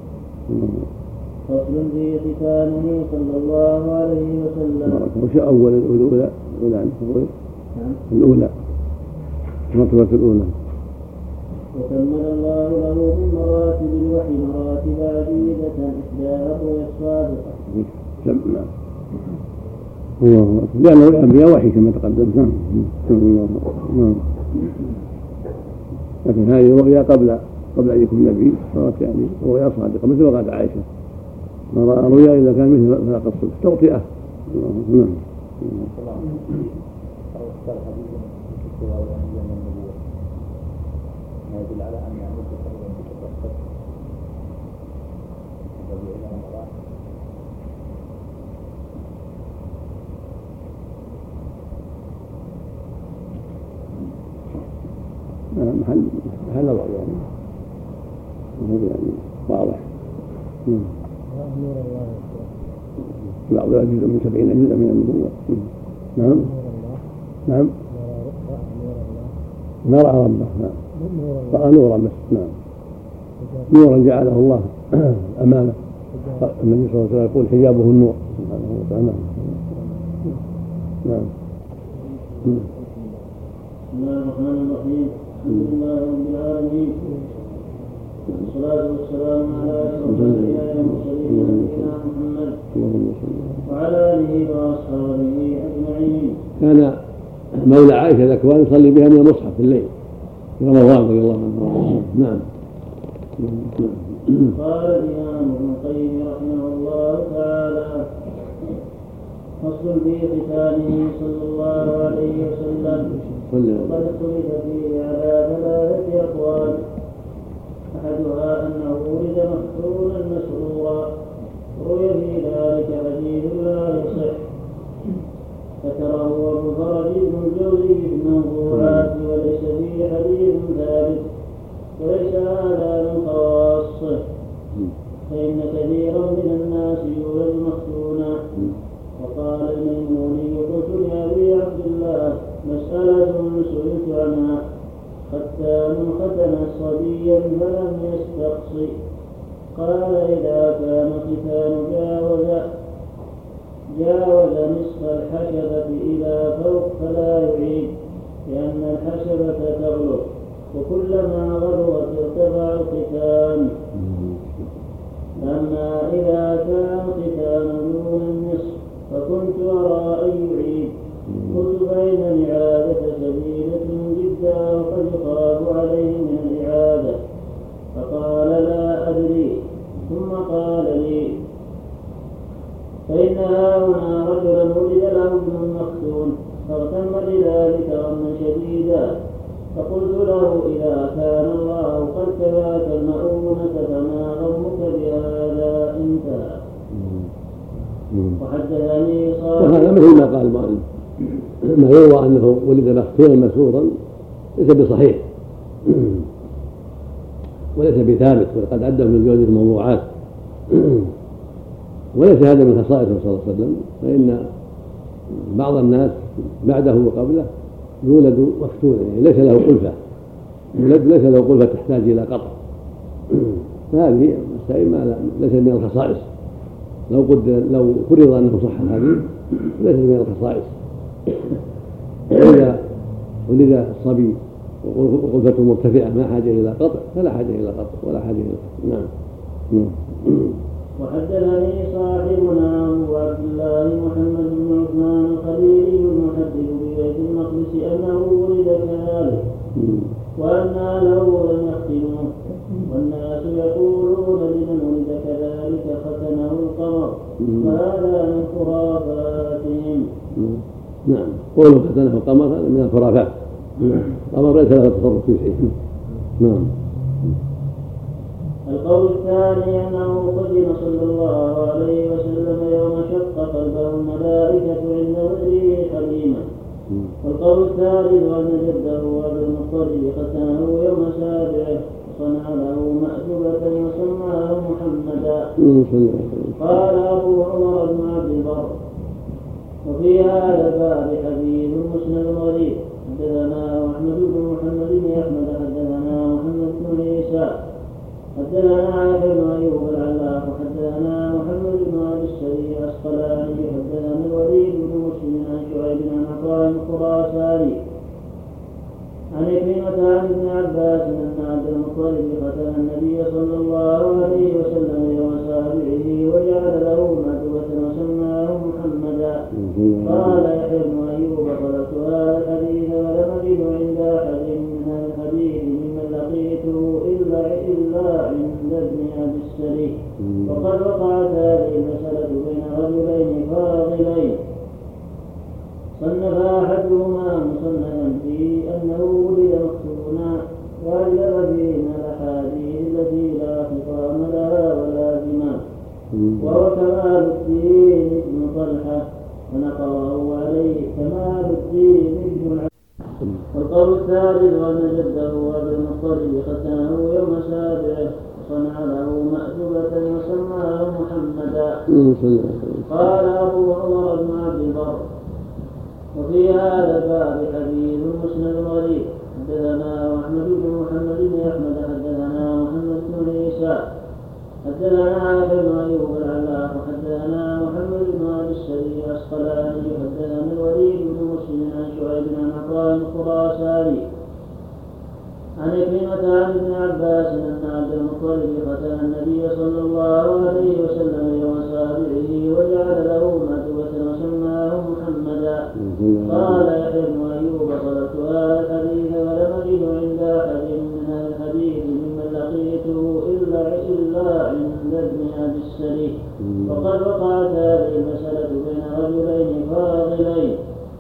فصل في ختانه صلى الله عليه وسلم. وش أول الأولى الأولى الأولى المرتبة الأولى. وكمل الله له من مراتب الوحي مراتب عديدة إحداها الرؤيا الصادقة. الله أكبر. لأن الأنبياء وحي كما تقدم. نعم. نعم. لكن هذه رؤيا قبل قبل أن يكون نبي صارت يعني رؤيا صادقة مثل ما قالت عائشة ما رأى رؤيا إذا كان مثل فلا قصة توطئة. نعم. ما يدل على أن يعمل تقريبا بتقصد الربيع إلى رمضان. محل محل نظر يعني وهو يعني واضح. بعض جزء من سبعين جزء من النبوة. نعم نعم ما رأى ربه. نعم رأى نورا بس. نعم نورا جعله الله أمامه. النبي صلى الله عليه وسلم يقول حجابه النور سبحانه وتعالى. نعم. بسم الله الرحمن الرحيم. الحمد لله رب العالمين والصلاة والسلام على أشرف الأنبياء والمرسلين نبينا محمد وعلى آله وأصحابه أجمعين. كان مولى عائشة ذكوان يصلي بها من المصحف في الليل في رمضان رضي الله عنه. نعم. قال الإمام ابن القيم رحمه الله تعالى فصل في ختانه صلى الله عليه وسلم. وقد اختلف فيه على ثلاثة أقوال أحدها أنه ولد مختونا مسرورا روي في ذلك حديث لا يصح ذكره أبو الفرج بن الجوزي في الموضوعات وليس فيه حديث ثابت وليس هذا من خواصه فإن كثيرا من الناس يولد مختونا. وقال الميموني قلت لأبي عبد الله مسألة سئلت عنها ختان ختن صبيا فلم يستقصي قال إذا كان ختان جاوز جاوز نصف الحشبة إلى فوق فلا يعيد لأن الحشبة تغلق وكلما غلظت ارتفع الختان. أما إذا كان ختان دون النصف فكنت أرى أن يعيد. قلت فإن الإعادة سبيلة جدا وقد يخاف عليه من الإعادة فقال لا أدري ثم قال لي فإن هنا رجلا ولد له ابن مختون فاغتم لذلك غما شديدا فقلت له إذا كان الله قد كفاك المؤونة فما غمك بهذا انتهى. وحدثني صالح وهذا مثل ما قال المؤلف ما يروى أنه ولد مختونا مسرورا ليس بصحيح وليس بثابت وقد عده ابن الجوزي في الموضوعات وليس هذا من خصائصه صلى الله عليه وسلم. فإن بعض الناس بعده وقبله يولد مختونا يعني ليس له قلفة يولد ليس له قلفة تحتاج إلى قطع فهذه مسائل ما ليس من الخصائص. لو قد لو فرض أنه صح الحديث ليس من الخصائص. إذا ولد الصبي وقلفته مرتفعة ما حاجة إلى قطع فلا حاجة إلى قطع ولا حاجة إلى قطع. نعم. وحدثني صاحبنا أبو عبد الله محمد بن عثمان الخليلي المحدث ببيت المقدس أنه ولد كذلك وأن له لم يختنوه والناس يقولون لمن ولد كذلك ختنه القمر وهذا من خرافاتهم. نعم قولوا ختنه القمر هذا من الخرافات. القمر ليس له تصرف في شيء. نعم. القول الثاني أنه قدم صلى الله عليه وسلم يوم شق قلبه الملائكة عند وجهه حليما. والقول الثالث أن جده عبد المطلب ختنه يوم سابعه صنع له مأدبة وسماه محمدا. قال أبو عمر بن عبد البر وفي هذا الباب حديث مسند غريب حدثنا أحمد بن محمد بن أحمد حدثنا محمد بن عيسى حدثنا يحيى بن أيوب العلاق حدثنا محمد بن أبي السري الأسقلاني حدثنا الوليد بن مسلم عن شعيب عن عطاء الخراساني عن عكرمة عن ابن عباس أن عبد المطلب ختن النبي صلى الله عليه وسلم يوم سابعه وجعل له مأدبة وسماه محمدا قال يحيى بن أيوب قرأت هذا الحديث ولم أجد عند أحد من الحديث ممن لقيته إلا إلا عند ابن أبي السري وقد وقعت هذه المسألة بين رجلين فاضلين صنف أحدهما مصنفا في أنه ولد مختونا وأجلب فيه من الأحاديث التي لا خطام لها ولا زمام وهو كمال الدين ابن طلحة ونقره عليه كمال الدين ابن العبد. والقول الثالث أن جده أبا المطلب ختنه يوم سابعه وصنع له مأدبة وسماه محمدا. قال أبو عمر بن عبد البر وفي هذا الباب حديث مسند غريب. حدثنا أحمد بن محمد بن أحمد حدثنا محمد بن عيسى حدثنا يحيى بن أيوب العلاق حدثنا محمد بن أبي السري العسقلاني حدثنا الوليد بن مسلم عن شعيب عن عطاء الخراساني عن كلمة عن ابن عباس أن عبد المطلب ختن النبي صلى الله عليه وسلم يوم سابعه وجعل له مأدبة وسماه محمدا. قال يحيى بن أيوب قرأت هذا الحديث ولم أجد عند أحد من الحديث ممن لقيته إلا إلا عند ابن أبي السري وقد وقعت هذه المسألة بين رجلين فاضلين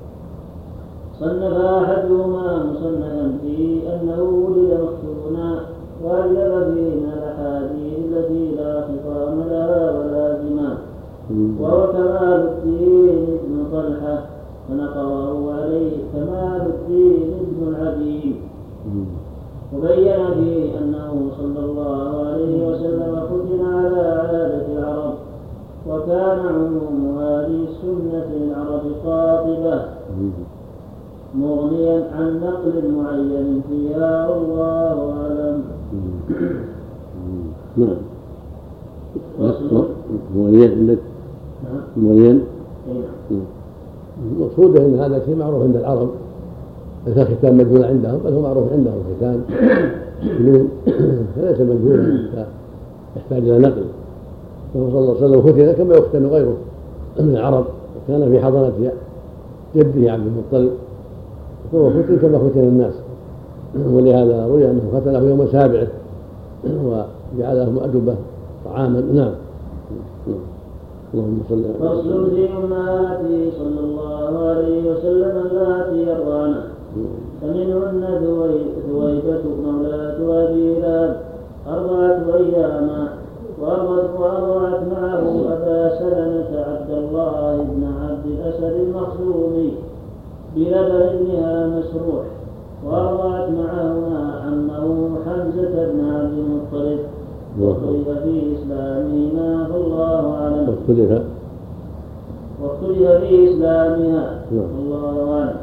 صنف أحدهما مصنفا في أنه ولد مختونا وأجلب فيه من الأحاديث التي لا خطام لها ولا زمام وهو كمال الدين ابن طلحة ونقره عليه كمال الدين ابن العديم. وبين فيه أنه صلى الله عليه وسلم ختن على عادة العرب وكان عموم هذه السنة للعرب قاطبة مغنيا عن نقل معين فيها والله أعلم. نعم. مغنيا عندك؟ مغنيا؟ المقصود أن هذا شيء معروف عند العرب ليس ختان مجهول عندهم بل هو معروف عندهم ختان جنون فليس مجهولا يحتاج إلى نقل. صلى الله عليه وسلم ختن كما يختن غيره من العرب وكان في حضانة جده عبد المطلب فهو ختن كما ختن الناس ولهذا روي أنه ختنه يوم سابعه وجعله مأدبة طعاما. نعم. اللهم صل على فصل في أمهاته صلى الله عليه وسلم اللاتي يرضعن فمنهن ثويبة مولاة أبي لهب أربعة أياما وأرضعت معه أبا سلمة عبد الله بن عبد الأسد المخزومي بلبن ابنها مسروح وأرضعت معهما عمه حمزة بن عبد المطلب واختلف في إسلامهما فالله أعلم. واختلف واختلف في إسلامها فالله أعلم.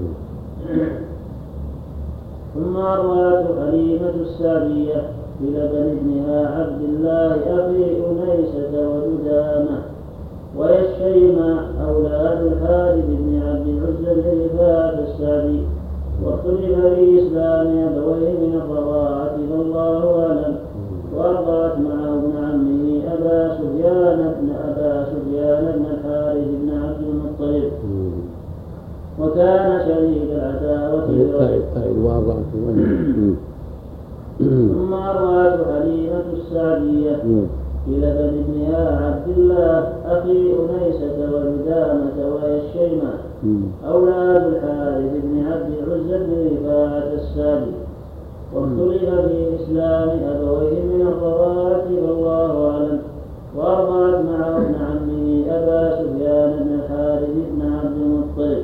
ثم أرضعت حليمة السعدية بلبن ابنها عبد الله أخي أنيسة وجدامة ويشيما أولاد الحارث بن عبد العزى بن رفاعة السعدي واختلف في إسلام أبويه من الرضاعة فالله أعلم. وأرضعت معه ابن عمه أبا سفيان بن أبا سفيان بن الحارث بن عبد المطلب وكان شديد العداوة. ثم أرضعت حليمة السعدية بلبن ابنها عبد الله أخي أنيسة وجدامة ويشيما أولاد الحارث بن عبد العزى بن رفاعة السعدي واختلف في إسلام أبويه من الرضاعة فالله أعلم. وأرضعت معه ابن عمه أبا سفيان بن الحارث بن عبد المطلب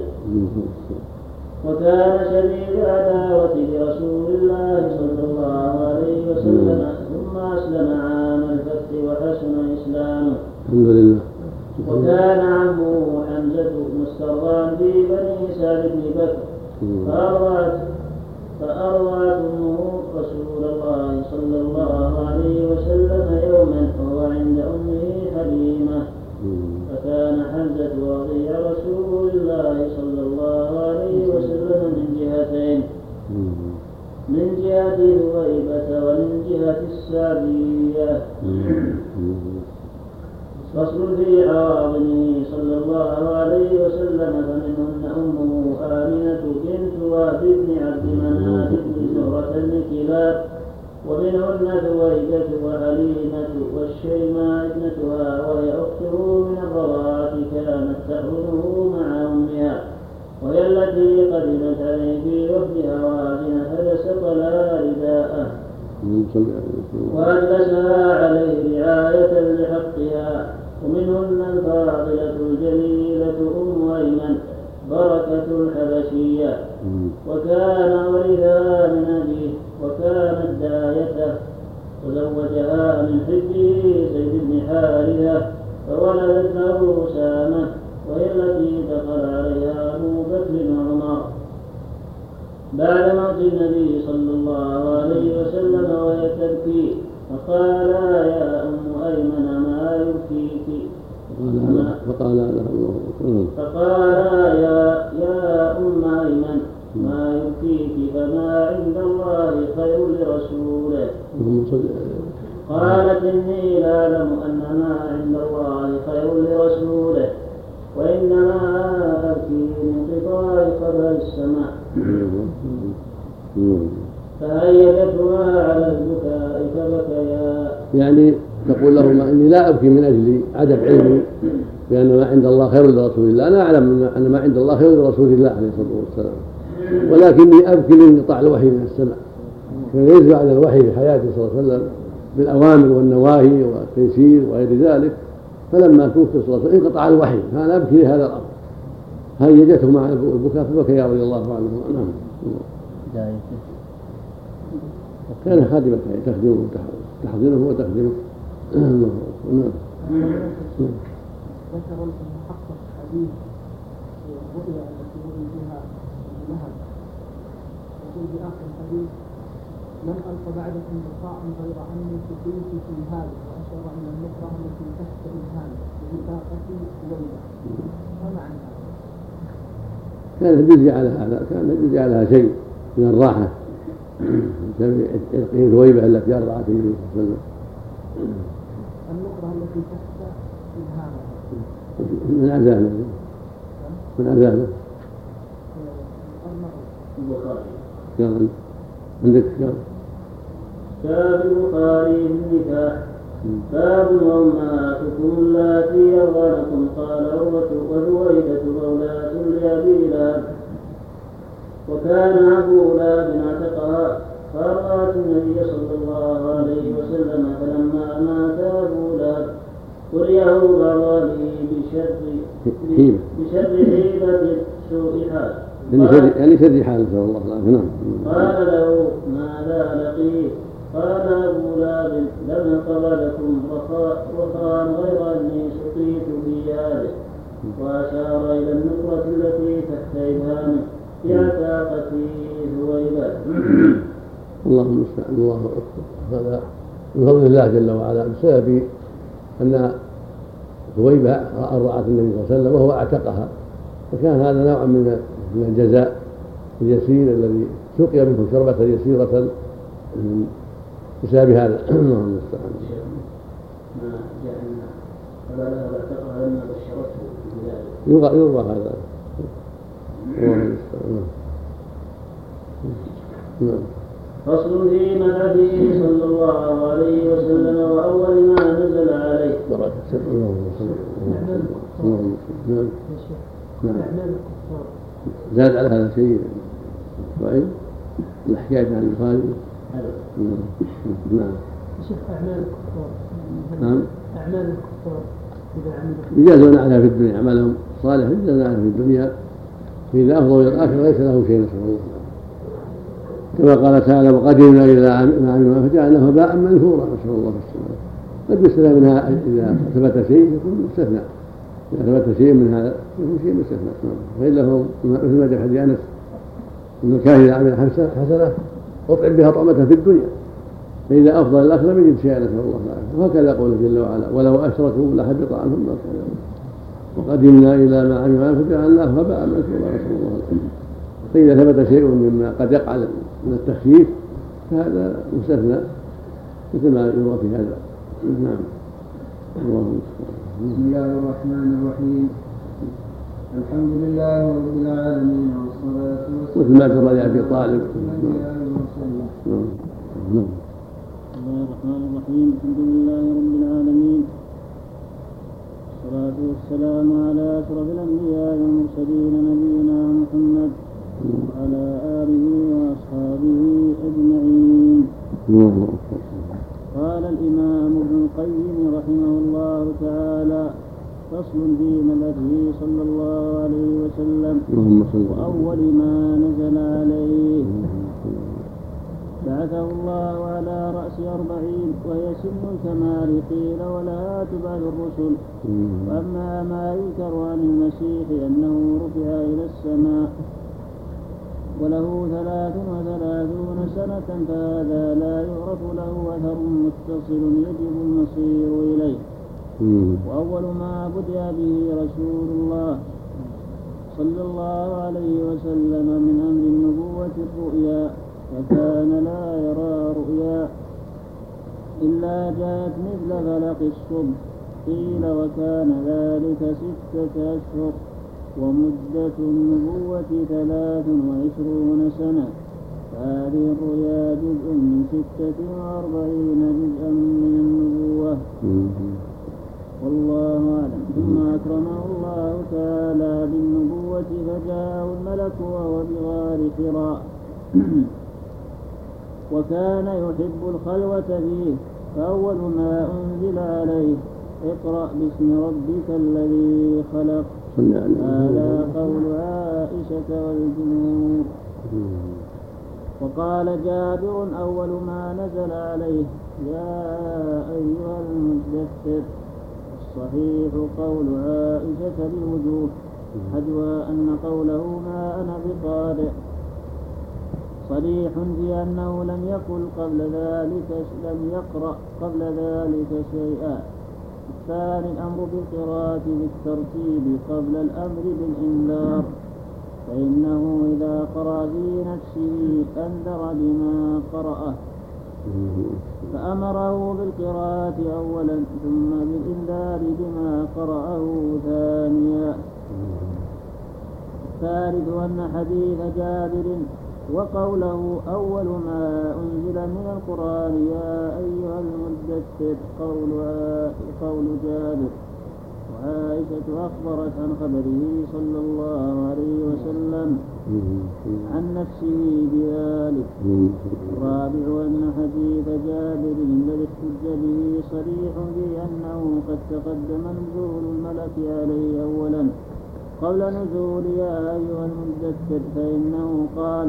وكان شديد العداوة لرسول الله صلى الله عليه وسلم ثم أسلم عام الفتح وحسن إسلامه الحمد لله. وكان عمه حمزة مسترضعا في بني سعد بن بكر فأرضعت فأرضعت أمه رسول الله صلى الله عليه وسلم يوما وهو عند أمه حليمة فكان حمزة رضيع رسول الله صلى الله عليه وسلم من جهتين من جهة ثويبة ومن جهة السعدية. فصل في عواضمه صلى الله عليه وسلم فمنهن أمه آمنة بنت وهب بن عبد مناف بن زهرة بن كلاب ومنهن ثويبة وحليمة والشيماء ابنتها وهي أخته من الرضاعة كانت تأخذه مع أمها وهي التي قدمت عليه في وفد هوازن فبسط لها رداءه وألبسها عليه رعاية لحقها. ومنهن الفاضلة الجليلة أم أيمن بركة الحبشية وكان ورثها من أبيه وكانت دايته وزوجها من حبه زيد بن حارثة فولدت له أسامة وهي التي دخل عليها أبو بكر وعمر بعد موت النبي صلى الله عليه وسلم وهي تبكي فقال يا أم أيمن ما يبكيك فقال له الله فقال يا يا أم أيمن ما يبكيك فما عند الله خير لرسوله. قالت إني لا أعلم أن ما عند الله خير لرسوله وإنما أبكي من قطاع قبل السماء. فأيدتها على البكاء فبكيا. يعني تقول لهما إني لا أبكي من أجل عدم علمي بأن ما عند الله خير لرسول الله، أنا أعلم أن ما عند الله خير لرسول الله عليه الصلاة والسلام، ولكني أبكي لانقطاع الوحي من السماء. كان ينزل على الوحي في حياته صلى الله عليه وسلم بالأوامر والنواهي والتيسير وغير ذلك، فلما توفي صلى الله عليه وسلم انقطع الوحي، فأنا أبكي لهذا الأمر. هيجته مع البكاء فبكى رضي الله عنه. نعم. كان خادمة تخدمه تحضنه وتخدمه. نعم. ذكر المحقق حديث الرؤيا التي رؤي بها لهب، يقول في آخر الحديث لم ألق بعدكم لقاء غير أني سقيت في هذا، وأشار إلى النقرة التي تحت إبهامه ببطاقة وليدة. ما معنى هذا؟ كان يجزي على هذا، كان يجزي على شيء من الراحة عتقه ثويبة التي أرضعت النبي صلى الله عليه وسلم. النقرة التي تحت إبهامه من عزاله من عزاله قال عندك قال كتاب البخاري النكاح باب وأمهاتكم اللاتي أرضعنكم قال عروة وزويدة مولاة لأبي لهب وكان أبو لهب اعتقها فأرضعت النبي صلى الله عليه وسلم فلما مات أبو لهب قرئه بعض بشر بشر حيلة سوء حال يعني شر حال نسأل الله العافية. نعم. قال له ماذا لقيت؟ قال أبو لهب لم أقر لكم رخاء غير أني سقيت في هذه، وأشار إلى النقرة التي تحت إبهامه في عتاقة ثويبة. اللهم المستعان. الله أكبر. هذا من فضل الله جل وعلا بسبب أن ثويبة أرضعت النبي صلى الله عليه وسلم وهو اعتقها، وكان هذا نوع من من الجزاء اليسير الذي سقي منه شربة يسيرة بسبب هذا. اللهم المستعان. ما جعلنا فلا لها اعتقها لما بشرته بذلك. يروى هذا. اللهم المستعان. نعم. فصل في مبعثه صلى الله عليه وسلم وأول ما نزل عليه. بركة اللهم صل اللهم نعم نعم. زاد على هذا شيء طيب الحكاية عن البخاري. نعم. شيخ أعمال الكفار. نعم. أعمال الكفار إذا عملوا يجازون عليها في الدنيا، أعمالهم صالحة يجازون عليها في الدنيا، فإذا أفضوا إلى الآخرة ليس لهم شيء نسأل الله. كما قال تعالى وقدمنا إلى ما عملوا فجعلناه هباء منثورا نسأل الله السلامة. قد يستثنى منها إذا ثبت شيء يكون مستثنى، إذا ثبت شيء من هذا يكون شيء مستثنى. فإلا هو مثل ما جاء حديث أنس إن الكاهن إذا عمل حسنة أطعم بها طعمة في الدنيا، فإذا أفضل الآخرة لم يجد شيئا نسأل الله العافية. وهكذا قوله جل وعلا ولو أشركوا لحبط عنهم ما كانوا يعملون وقدمنا إلى ما عملوا فجعلناه هباء منثورا نسأل الله العافية. فإذا ثبت شيء مما قد يقع من التخفيف فهذا مستثنى مثل ما يروى في هذا. نعم. اللهم صل بسم الله الرحمن الرحيم. الحمد لله رب العالمين والصلاة والسلام مثل ما جرى لأبي طالب. بسم الله الرحمن الرحيم. الحمد لله رب العالمين والصلاة والسلام على أشرف الأنبياء والمرسلين نبينا محمد وعلى آله وأصحابه أجمعين. قال الإمام ابن القيم رحمه الله تعالى: فصل في مبعثه صلى الله عليه وسلم وأول ما نزل عليه. بعثه الله على رأس أربعين وهي سن الكمال، قيل ولا تبعث الرسل. وأما ما يذكر عن المسيح أنه رفع إلى السماء وله ثلاث وثلاثون سنة فهذا لا يعرف له أثر متصل يجب المصير إليه. وأول ما بدأ به رسول الله صلى الله عليه وسلم من أمر النبوة الرؤيا، فكان لا يرى رؤيا إلا جاءت مثل فلق الصبح. قيل وكان ذلك ستة أشهر، ومدة النبوة ثلاث وعشرون سنة، فهذه الرؤيا جزء من ستة وأربعين جزءا من النبوة، والله أعلم. ثم أكرمه الله تعالى بالنبوة فجاءه الملك وهو بغار حراء وكان يحب الخلوة فيه، فأول ما أنزل عليه: اقرأ باسم ربك الذي خلق. هذا قول عائشة والجمهور. وقال جابر: أول ما نزل عليه: يا أيها المدثر. الصحيح قول عائشة بوجوه، حجوى أن قوله ما أنا بقارئ صريح في أنه لم يقل قبل ذلك لم يقرأ قبل ذلك شيئا. الثاني الأمر بالقراءة بالترتيب قبل الأمر بالإنذار، فإنه إذا قرأ في نفسه أنذر بما قرأه، فأمره بالقراءة أولا ثم بالإنذار بما قرأه ثانيا. الثالث أن حديث جابر وقوله أول ما أنزل من القرآن يا أيها المدثر قول, قول جابر، وعائشة أخبرت عن خبره صلى الله عليه وسلم عن نفسه بذلك. الرابع أن حديث جابر الذي احتج به صريح في أنه قد تقدم نزول الملك عليه أولا قبل نزول يا أيها المدثر، فإنه قال: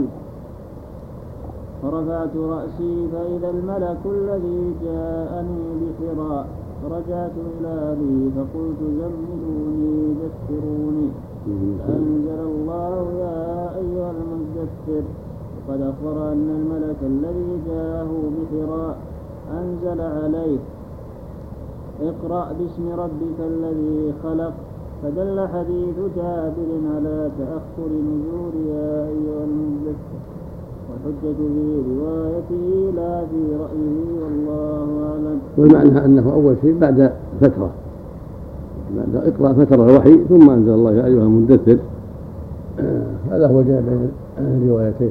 فرفعت رأسي فإذا الملك الذي جاءني بحراء، فرجعت إلى أبي فقلت زملوني دثروني، فأنزل الله يا أيها المدثر. وقد أخبر أن الملك الذي جاءه بحراء أنزل عليه: اقرأ باسم ربك الذي خلق، فدل حديث جابر على تأخر نزول يا أيها المدثر، والحجة في روايته لا في رأيه، والله أعلم. والمعنى أنه أول شيء بعد فترة، بعد اقرأ فترة الوحي ثم أنزل الله يا أيها المدثر. هذا هو جاء بين الروايتين.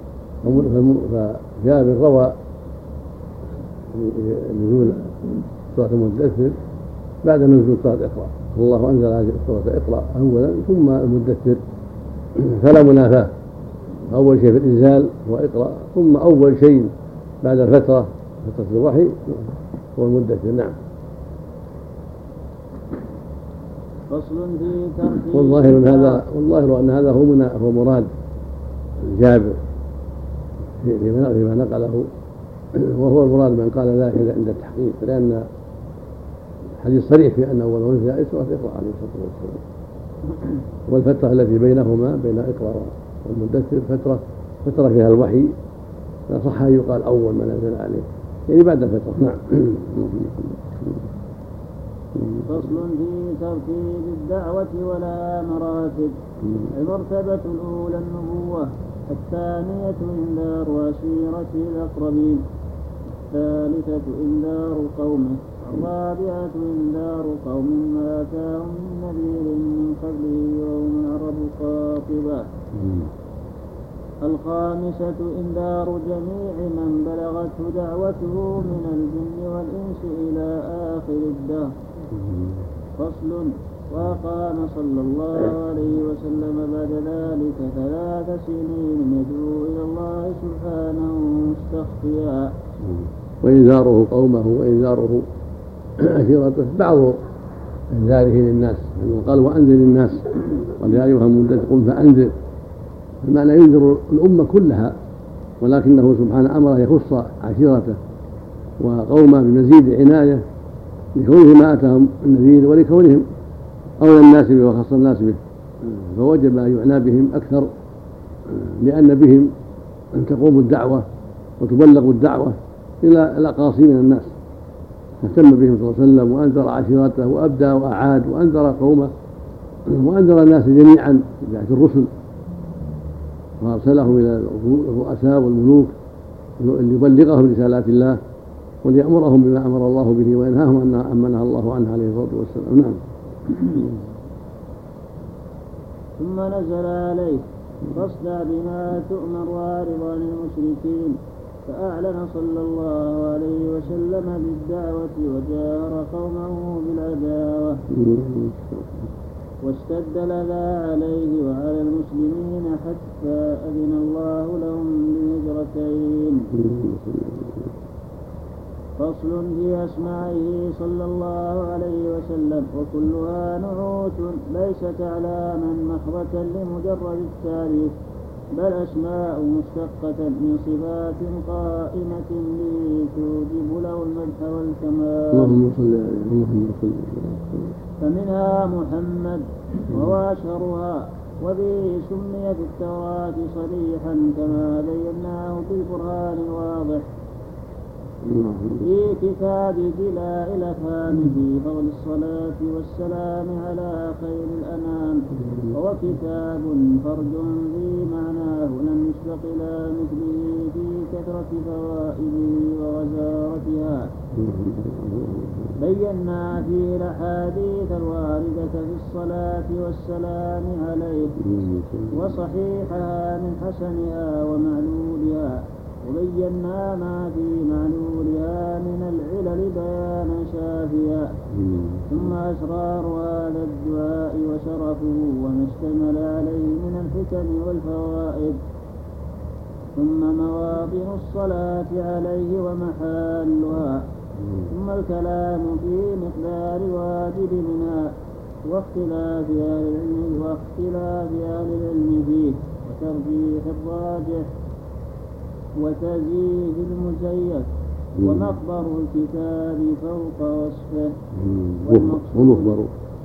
فجابر روى نزول سورة المدثر بعد نزول سورة اقرأ، الله أنزل هذه السورة اقرأ أولا ثم المدثر، فلا منافاة. أول شيء في الإنزال هو اقرأ، ثم أول شيء بعد فترة فترة الوحي هو المدثر. نعم. فصل في ترتيب. والظاهر أن هذا والظاهر أن هذا هو من هو مراد جابر فيما نقله، وهو المراد من قال ذلك عند التحقيق، لأن الحديث صريح في أن أول ما نزل سورة اقرأ عليه الصلاة والسلام، والفترة التي بينهما بين اقرأ والمدثر فترة فترة فيها الوحي، لا صح أن يقال أول ما نزل عليه، يعني بعد فترة. نعم. فصل في ترتيب الدعوة ولها مراتب. المرتبة الأولى النبوة، الثانية إنذار وعشيرته الأقربين، الثالثة الثالثة إنذار قومه. الرابعة إنذار قوم ما أتاهم من نذير من قبله وهم العرب قاطبة. الخامسة إنذار جميع من بلغته دعوته من الجن والإنس إلى آخر الدهر. فصل. وقام صلى الله عليه وسلم بعد ذلك ثلاث سنين يدعو إلى الله سبحانه مستخفيا. وإنذاره قومه وإنذاره عشيرته بعض إنذاره للناس، يعني قال وأنذر الناس، قال يا أيها المدثر قم فأنذر، المعنى ينذر الأمة كلها، ولكنه سبحانه أمر يخص عشيرته وقومه بمزيد عناية لكونهم ما أتاهم النذير ولكونهم أولى الناس به وخص الناس به، فوجب أن يعنى بهم أكثر لأن بهم أن تقوم الدعوة وتبلغ الدعوة إلى الأقاصي من الناس، فاهتم بهم صلى الله عليه وسلم وأنذر عشيرته وأبدى وأعاد وأنذر قومه وأنذر الناس جميعا بعث الرسل وأرسلهم إلى الرؤساء والملوك ليبلغهم رسالات الله وليأمرهم بما أمر الله به وينهاهم عما نهى الله عنه عليه الصلاة والسلام. نعم. ثم نزل عليه فاصدع بما تؤمر وأعرض عن المشركين، فأعلن صلى الله عليه وسلم بالدعوة وجاهر قومه بالعداوة، واشتد الأذى عليه وعلى المسلمين حتى أذن الله لهم بهجرتين. فصل في أسمائه صلى الله عليه وسلم، وكلها نعوت ليست أعلاما محضة لمجرد التعريف، بل أسماء مشتقة من صفات قائمة به توجب له المدح والكمال. اللهم صل عليه اللهم صل عليه. فمنها محمد وهو أشهرها، وبه سمي في التوراة صريحا كما بيناه في القرآن الواضح في كتاب دلائل الأفهام في فضل الصلاة والسلام على خير الأنام، وهو كتاب فرد في معناه لم يسبق إلى مثله في كثرة فوائده وغزارتها. بينا فيه الأحاديث الواردة في الصلاة والسلام عليه وصحيحها من حسنها ومعلولها، وبينا ما في معلولها من العلل بيانا شافيا. ثم أسرار هذا الدعاء وشرفه وما اشتمل عليه من الحكم والفوائد، ثم مواطن الصلاة عليه ومحالها، ثم الكلام في مقدار الواجب منها واختلاف أهل العلم واختلاف أهل العلم فيه وترجيح الراجح وتزييد المزيف، ومخبر الكتاب فوق وصفه ومخبر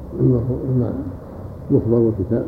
مخبر الكتاب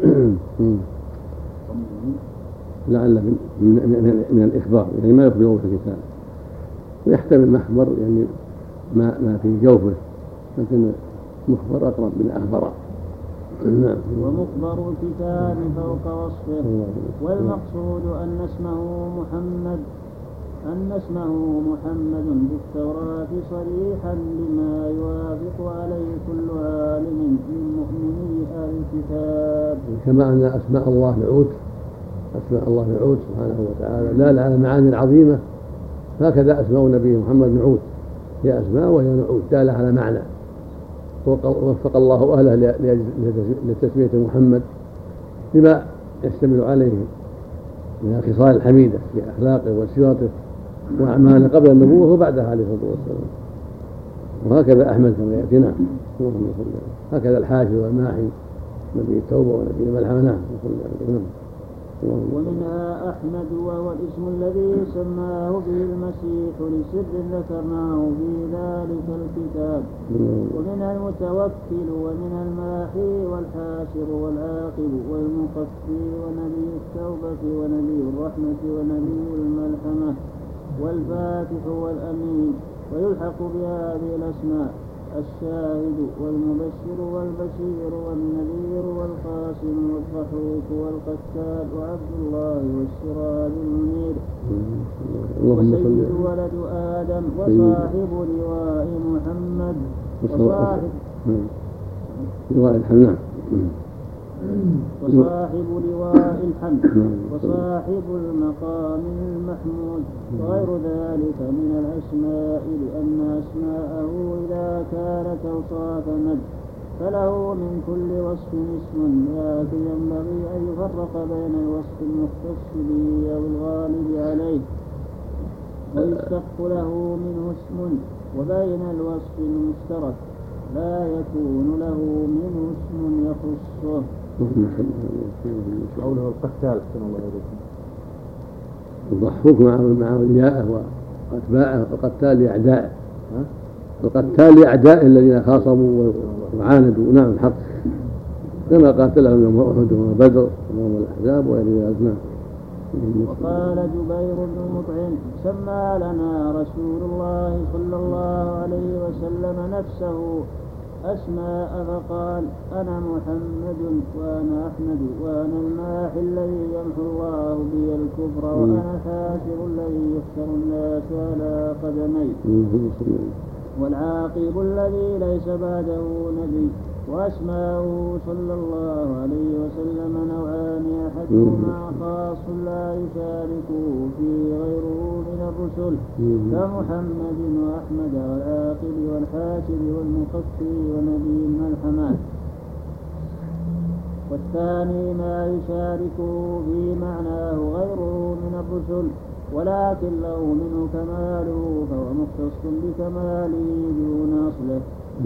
لعل من, من, من الإخبار، يعني ما يخبره في الكتاب، ويحتمل مخبر يعني ما, ما في جوفه، لكن مخبر أقرب من أخبر. ومخبر الكتاب فوق وصفه. والمقصود أن اسمه محمد أن اسمه محمد في التوراة صريحا بما يوافق عليه كل عالم من مؤمني أهل الكتاب، كما أن أسماء الله نعوت أسماء الله نعوت سبحانه وتعالى لا على معاني عظيمة، هكذا أسماء النبي محمد نعوت، هي أسماء وهي نعوت دالة على معنى، ووفق الله أهله لتسمية محمد بما يشتمل عليه من الخصال الحميدة في أخلاقه وسيرته وأعماله قبل النبوة وبعدها عليه الصلاة والسلام. وهكذا أحمد كما يأتينا، هكذا الحاشر والماحي نبي التوبة ونبي الملحمة. ومنها أحمد وهو الاسم الذي سماه به المسيح لسر ذكرناه في ذلك الكتاب. ومنها المتوكل ومنها الماحي والحاشر والعاقب والمقفي ونبي التوبة ونبي الرحمة ونبي الملحمة والفاتح والأمين، ويلحق بهذه الأسماء الشاهد والمبشر والبشير والنذير والقاسم والضحوك والقتال وعبد الله والسراج المنير وسيد ولد آدم وصاحب لواء محمد وصاحب لواء الحمد وصاحب لواء الحمد وصاحب المقام المحمود وغير ذلك من الأسماء لأن أسماءه إذا كانت أوصاف مد فله من كل وصف اسم لكن ينبغي أن يفرق بين الوصف المختص به أو الغالب عليه ويشتق له منه اسم وبين الوصف المشترك لا يكون له منه اسم يخصه. قوله القتال صلى الله عليه وسلم الضحوك مع أوليائه وأتباعه القتال لأعدائه القتال لأعدائه الذين خاصموا وعاندوا نعم الحق كما قاتلهم يوم أحد ويوم بدر ويوم الأحزاب وغير ذلك. وقال جبير بن مطعم سمى لنا رسول الله صلى الله عليه وسلم نفسه أسماء فقال أنا محمد وأنا أحمد وأنا الماحي الذي يمحو الله بي الكفر وأنا حاشر الذي يحشر الناس على قدمي والعاقب الذي ليس بعده نبي. وأسماؤه صلى الله عليه وسلم نوعان أحدهما خاص لا يشاركه فيه غيره من الرسل كمحمد وأحمد والعاقب والحاشر والمقفي ونبي الملحمات. والثاني ما يشاركه في معناه غيره من الرسل ولكن له منه كماله فهو مختص بكماله دون أصله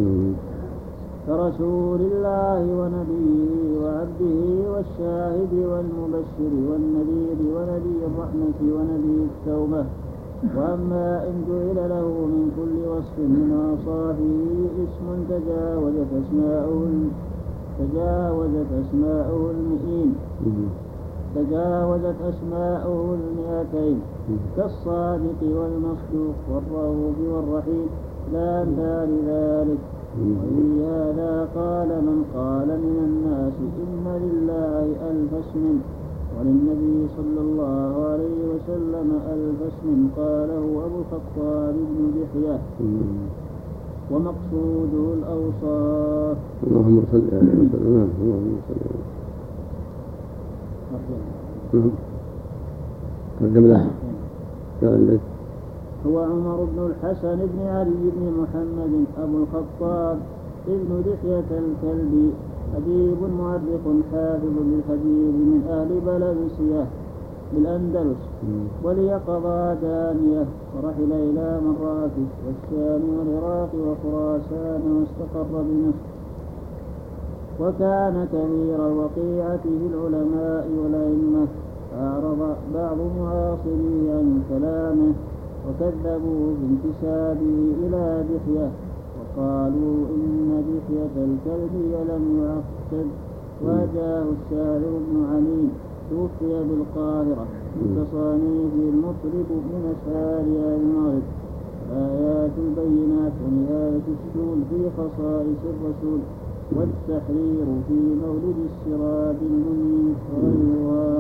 كرسول الله ونبيه وعبده والشاهد والمبشر والنذير ونبي الرحمة ونبي التوبة. وأما إن جعل له من كل وصف من أوصافه اسم تجاوزت أسماؤه تجاوزت أسماؤه المئين تجاوزت أسماؤه المئتين كالصادق والمصدوق والرؤوف والرحيم لا أمثال ذلك. وفي هذا قال من قال من الناس إن لله ألف اسم وللنبي صلى الله عليه وسلم ألف اسم قاله أبو الخطاب بن دحية ومقصوده الأوصاف. اللهم صل عليه وسلم. اللهم صل عليه وسلم. هو عمر بن الحسن بن علي بن محمد أبو الخطاب ابن دحية الكلبي أديب مؤرخ حافظ للحديث من أهل بلدسية بالأندلس وليقضى دانية ورحل إلى مراكش والشام والعراق وخراسان واستقر بمصر. وكان كثير الوقيعة في العلماء والأئمة فأعرض بعض معاصريه عن كلامه وكذبوا بانتسابه إلى دحية وقالوا إن دحية الكلبي لم يعقد. وجاءه الشاعر بن علي توفي بالقاهرة من تصانيفه المطرب من أشعار أهل المغرب الآيات البينات ونهاية الشغل في خصائص الرسول والتحرير في مولد السراج المنير وغيرها.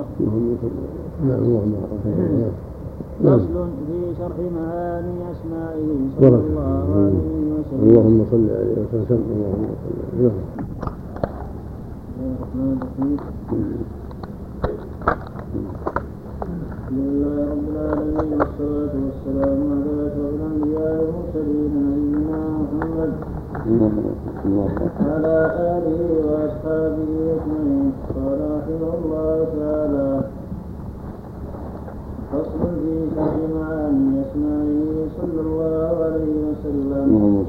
فصل في شرح معاني أسمائه صلى الله عليه وسلم. اللهم صل عليه وسلم. اللهم صل عليه وسلم. الرحمن الرحيم. الحمد لله رب العالمين والصلاة والسلام على أشرف الأنبياء والمرسلين نبينا محمد وعلى آله وأصحابه أجمعين. قال رحمه الله تعالى فصل في شرح معاني أسمائه صلى الله عليه وسلم.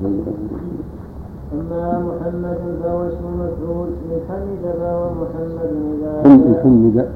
أما محمد فهو اسم مفعول من حمد فهو محمد إذا من حمد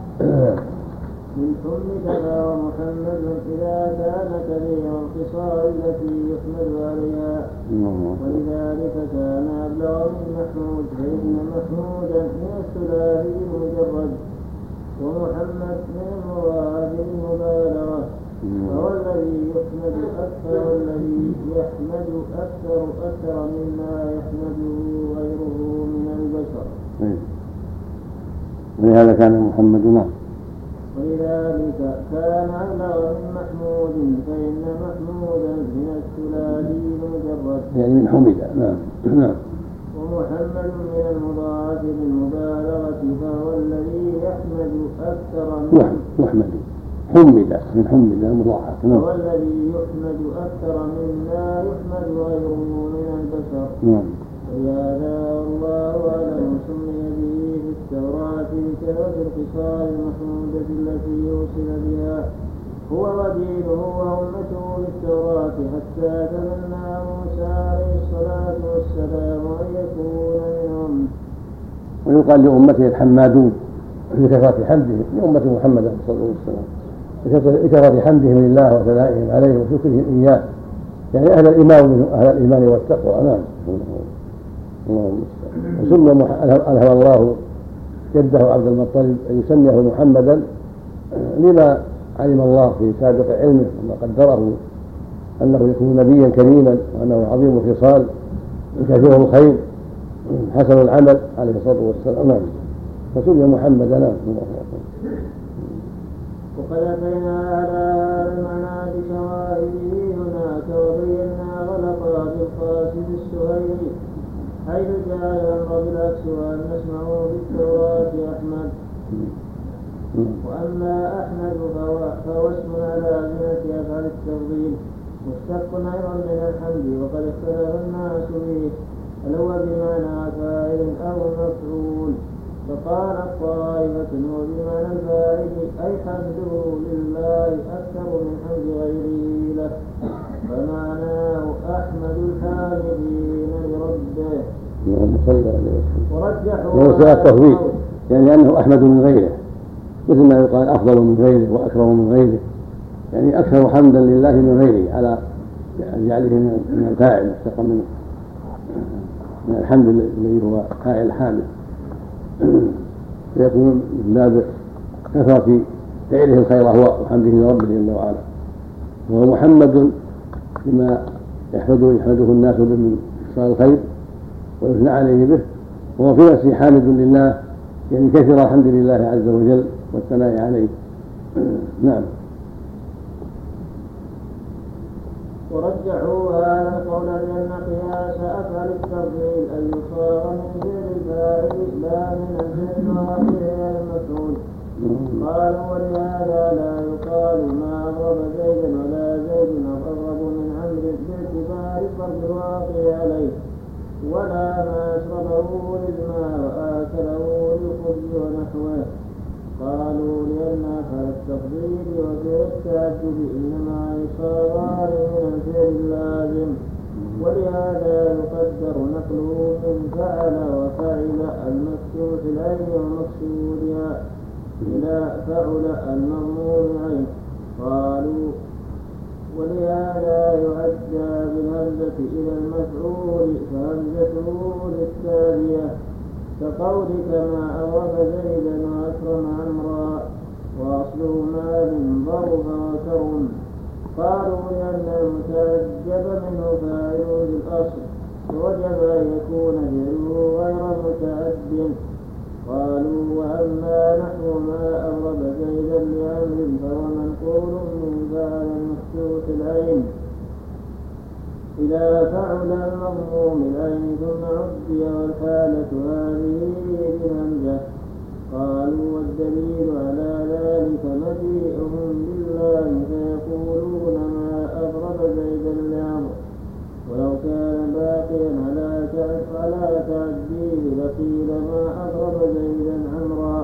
من حمد فهو محمد إذا كان كثير الخصال التي يحمد عليها ولذلك كان أبلغ من محمود فإن محمودا من الثلاثي المجرد ومحمد من المراد المبالغة فهو الذي يحمد أكثر الذي يحمد أكثر أكثر مما يحمده غيره من البشر. ولهذا كان محمد نعم. ولذلك كان أبلغ من محمود، فإن محمودا من الثلاثي مجرد يعني من حمد. نعم نعم. ومحمد من المضاعف بالمبالغة، فهو الذي يحمد أكثر من يحمد حمد من حمد مضاعف. فهو الذي يحمد أكثر مما يحمد غيره من البشر. نعم. ولهذا والله أعلم سمي به في التوراة بكثرة الخصال المحمودة التي يوصل بها هو ودينه وأمته بالتوراة، حتى تمنى موسى عليه الصلاة والسلام أن يكون منهم. ويقال لأمته الحمادون بكثرة حمده، لأمة محمد صلى الله عليه وسلم بكثرة حمدهم لله وثنائهم عليه وشكرهم إياه، يعني أهل الإيمان أهل الإيمان والتقوى. نعم. اللهم وسمي ألهم الله جده عبد المطلب أن يسميه محمدا لما علم الله في سابق علمه وما قدره أنه يكون نبيا كريما وأنه عظيم الخصال كثير الخير حسن العمل عليه الصلاة والسلام. نعم. فسمي محمدا. نعم. وقد أتينا على المعنى بشواهده هناك وبينا غلطات القاسم السهيلي حيث جاء الأمر بالعكس وأن نسمعه بالتوراة أحمد. وأما أحمد فهو اسم على زينة أفعال التفضيل مشتق أيضا من الحمد، وقد اختلف الناس فيه هل هو بمعنى فاعل أو مفعول، فقال الطائفة هو بمعنى الفاعل أي حمده لله أكثر من حمد غيره له، فمعناه أحمد الحامدين لربه. ورجحوا التفضيل يعني أنه أحمد من غيره، مثل ما يقال أفضل من غيره وأكرم من غيره، يعني أكثر حمدا لله من غيره على جعله من الفاعل مشتقا من من الحمد الذي هو فاعل الحامد، فيكون من باب كثرة فعله الخير هو وحمده لربه جل وعلا. وهو محمد لما يحمده يحمده الناس به من خصال الخير ويثنى عليه به، وهو في نفسه حامد لله يعني كثر الحمد لله عز وجل والثناء عليه. نعم. ورجعوا هذا القول لأن قياس أفعل التفضيل أن يصار من فعل الفاعل لا من الفعل الواقع المفعول. قالوا ولهذا لا يقال ما أغرب زيدا ولا زيد أغرب من عمرو باعتبار الفرد الواقع عليه، ولا ما أشربه للماء وآكله للخبز ونحوه. قالوا لأن أفعل التفضيل وفعل التعجب إنما يصاران من الفعل اللازم، ولهذا يقدر نقله من فعل وفعل المفتوح العين ومقصودها إلى فعل المضموم العين. قالوا ولهذا يعدى بالهمزة إلى المفعول فهمزته للتالية، كقولك ما أورد زيدا وأكرم عمرا وأصله ما من ظرف وكرم. قالوا لأن المتعجب منه فاعل بالأصل ووجب أن يكون فعله غير متعد. قالوا وأما نحو ما أورد زيدا لعمر فهو منقول من فعل المفتوح العين إلى فعل المضموم العين ثم عدي والحالة هذه بالهمزة. قالوا والدليل على ذلك مجيئهم بالله فيقولون ما أضرب زيدا لعمر، ولو كان باقيا على تعديه لقيل ما أضرب زيدا عمرا،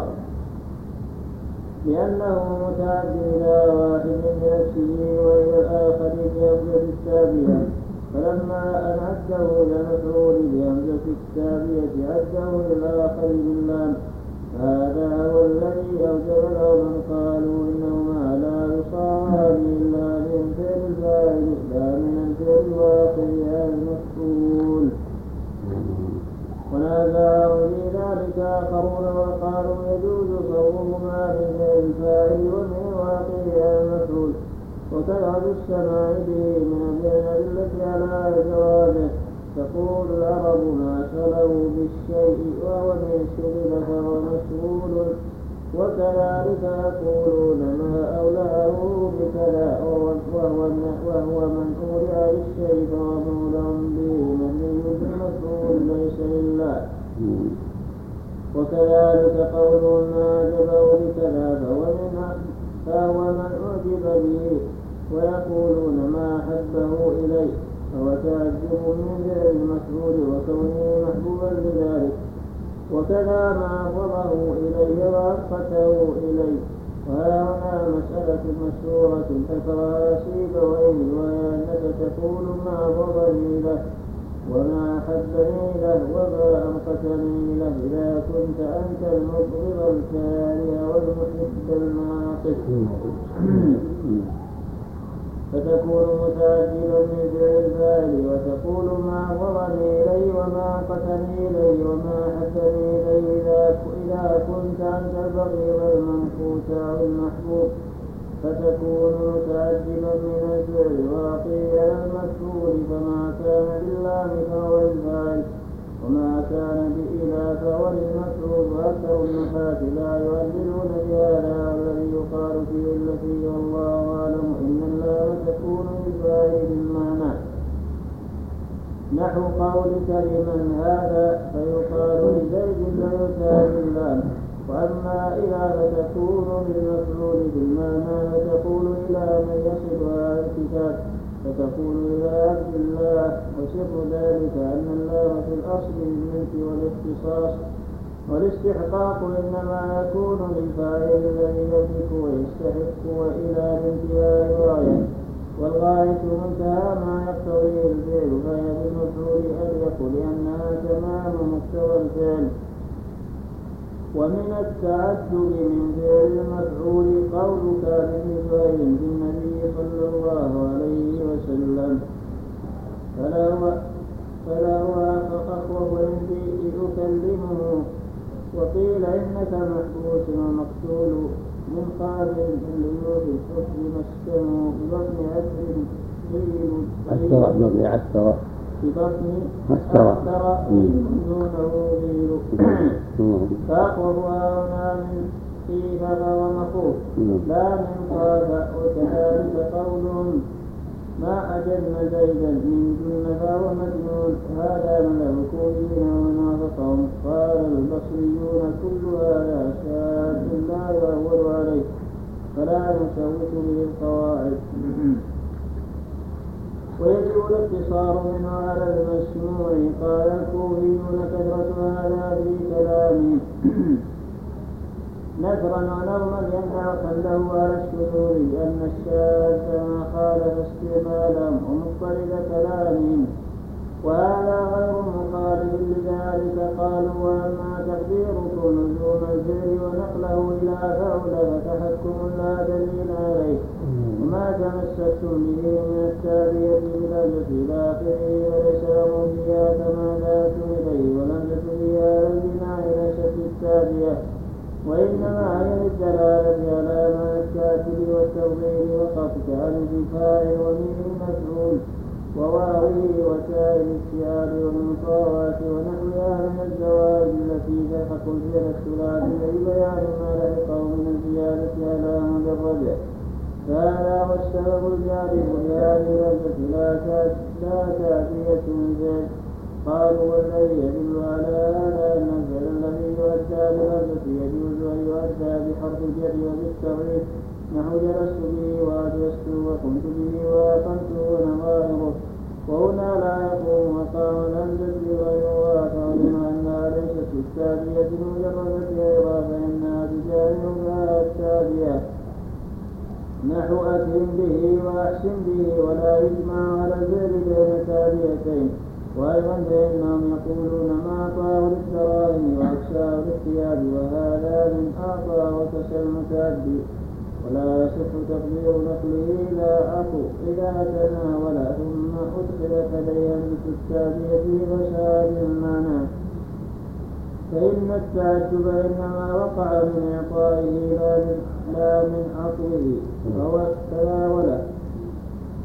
لأنه متعد إلى واحد بنفسه وإلى الآخر بهمزة التابية، فلما أن عده إلى المفعول بهمزة التابية عده إلى الآخر باللام. هذا هو الذي أوجب لهم قالوا إنهما لا يصار إلا من فعل الفاعل لا من الفعل الواقع المفعول. ونازعوا في ذلك آخرون وقالوا يجوز صومهما من فعل الفاعل ومن الواقع المفعول، وكذا السماع به من الأدلة على جوازه. تقول العرب ما شغله بالشيء وهو من شغل فهو مشغول، وكذلك يقولون ما أولعه بكذا وهو, وهو من أولع بالشيء فهو مولع به مبني بالمفعول ليس لله. وكذلك قول ما أعجبه بكذا فهو من فهو من أعجب به، ويقولون ما أحبه إليه فهو تعجب من ذلك المفعول وكونه محبوبا لذلك. وكذا ما أفضه إليه وأسقطه إليه. وها هنا مسألة مشهورة ذكرها سيبويه، وهي أنك تقول ما أفضني له وما أحبني له وما أنقذني له إذا كنت أنت المبغض الكاره والمحب المعاطف، فتكون متعجلا من فعل الفاعل، وتقول ما أفضني إليه وما أنقذني إليه وما أحبني إليه إذا كنت أنت البغيض المنقوص أو المحبوب، فتكون متعجبا من الفعل واقيا المفعول، فما كان بالله فهو الفاعل وما كان بإله فهو المفعول. وأكثر النحاة لا يؤللون بهذا الذي يقال فيه التي والله أعلم إن الله تكون للفاعل بالمعنى، نحو قولك لمن هذا فيقال لزيد ليؤتى بالله. وأما إذا فتكون بالمفعول بالمعنى فتقول إلى من يصلها الكتاب فتقول إلى عبد الله. وسر ذلك أن الله في الأصل للملك والاختصاص، والاستحقاق إنما يكون للفاعل الذي يملك ويستحق وإلى الانتهاء غاية، والغاية منتهى ما يقتضيه الفعل، فهي بالمفعول أليق لأنها تمام مقتضى الفعل. ومن التعجب من فعل المفعول قولك بمثال بالنبي صلى الله عليه وسلم فلا هو فلا هو أخوف عندي أكلمه. وقيل إنك محبوس ومقتول من قابل للوث الحكم مسكنه ببطن عسر عسر ببطن عسر ببطن عسر دونه غير. فأخوف هنا من خيف فهو مخوف لا من خاف. وكذلك قولهم ما أجلنا زيدا من جن فهو مجنون، هذا من الكوفيين ومنافقهم. قال البصريون كل هذا شاذ لا يؤول عليه فلا نشوش به القواعد. ويجب الاقتصار منه على المسموع. قال الكوفيون كثرة هذا في كلامه نثرا ونظما ينفع له على الشذوذ أن الشاذ ما خالف استعمالهم ومضطرد كلامهم، وهذا غير مخالف لذلك. قالوا وأما تقديركم لزوم الفعل ونقله إلى فعل فتحكم لا دليل عليه، وما تمسكتم به من التابعة بلجة إلى آخره وليس لهم فيها كما ذاتم إليه، ولجة فيها البناء ليست التابعة، وإنما هي الدلالة على ما الكاتب والتوضيح وقف كألف فاعل ومن مفعول وواوه وتاء الاستيعاب والمطاوات ونحوها من الزوائد التي تلحق الفعل الثلاثي لبيان ما لحقه من الزيادة على مجرده. فهذا هو السبب الجالب لهذه اللفظة لا تأتية من ذلك. قالوا والذي يدل على هذا أن الفعل الذي يؤدى بلفظة يجوز أن يؤدى بحرف الجر وبالتغيير، نحو جلست به وأجلست وقمت به وأقمت ونظائره. وهنا لا يقوم مقام الهمزة غيرها، فعلم أنها ليست التابعة المجردة أيضا فإنها تجاهلها التابعة، نحو أكرم به وأحسن به، ولا يجمع على الفعل بين تابعتين. وأيضا فإنهم يقولون ما أعطاه للدراهم وأكساه للثياب، وهذا من أعطى وكسى المتعدي، ولا يصح تقدير نقله إلى عفو إذا تناول ثم أدخلت عليها بالتابعة فساد المعنى. فإن التعجب إنما وقع من إعطائه لا من عطوه، فهو تناوله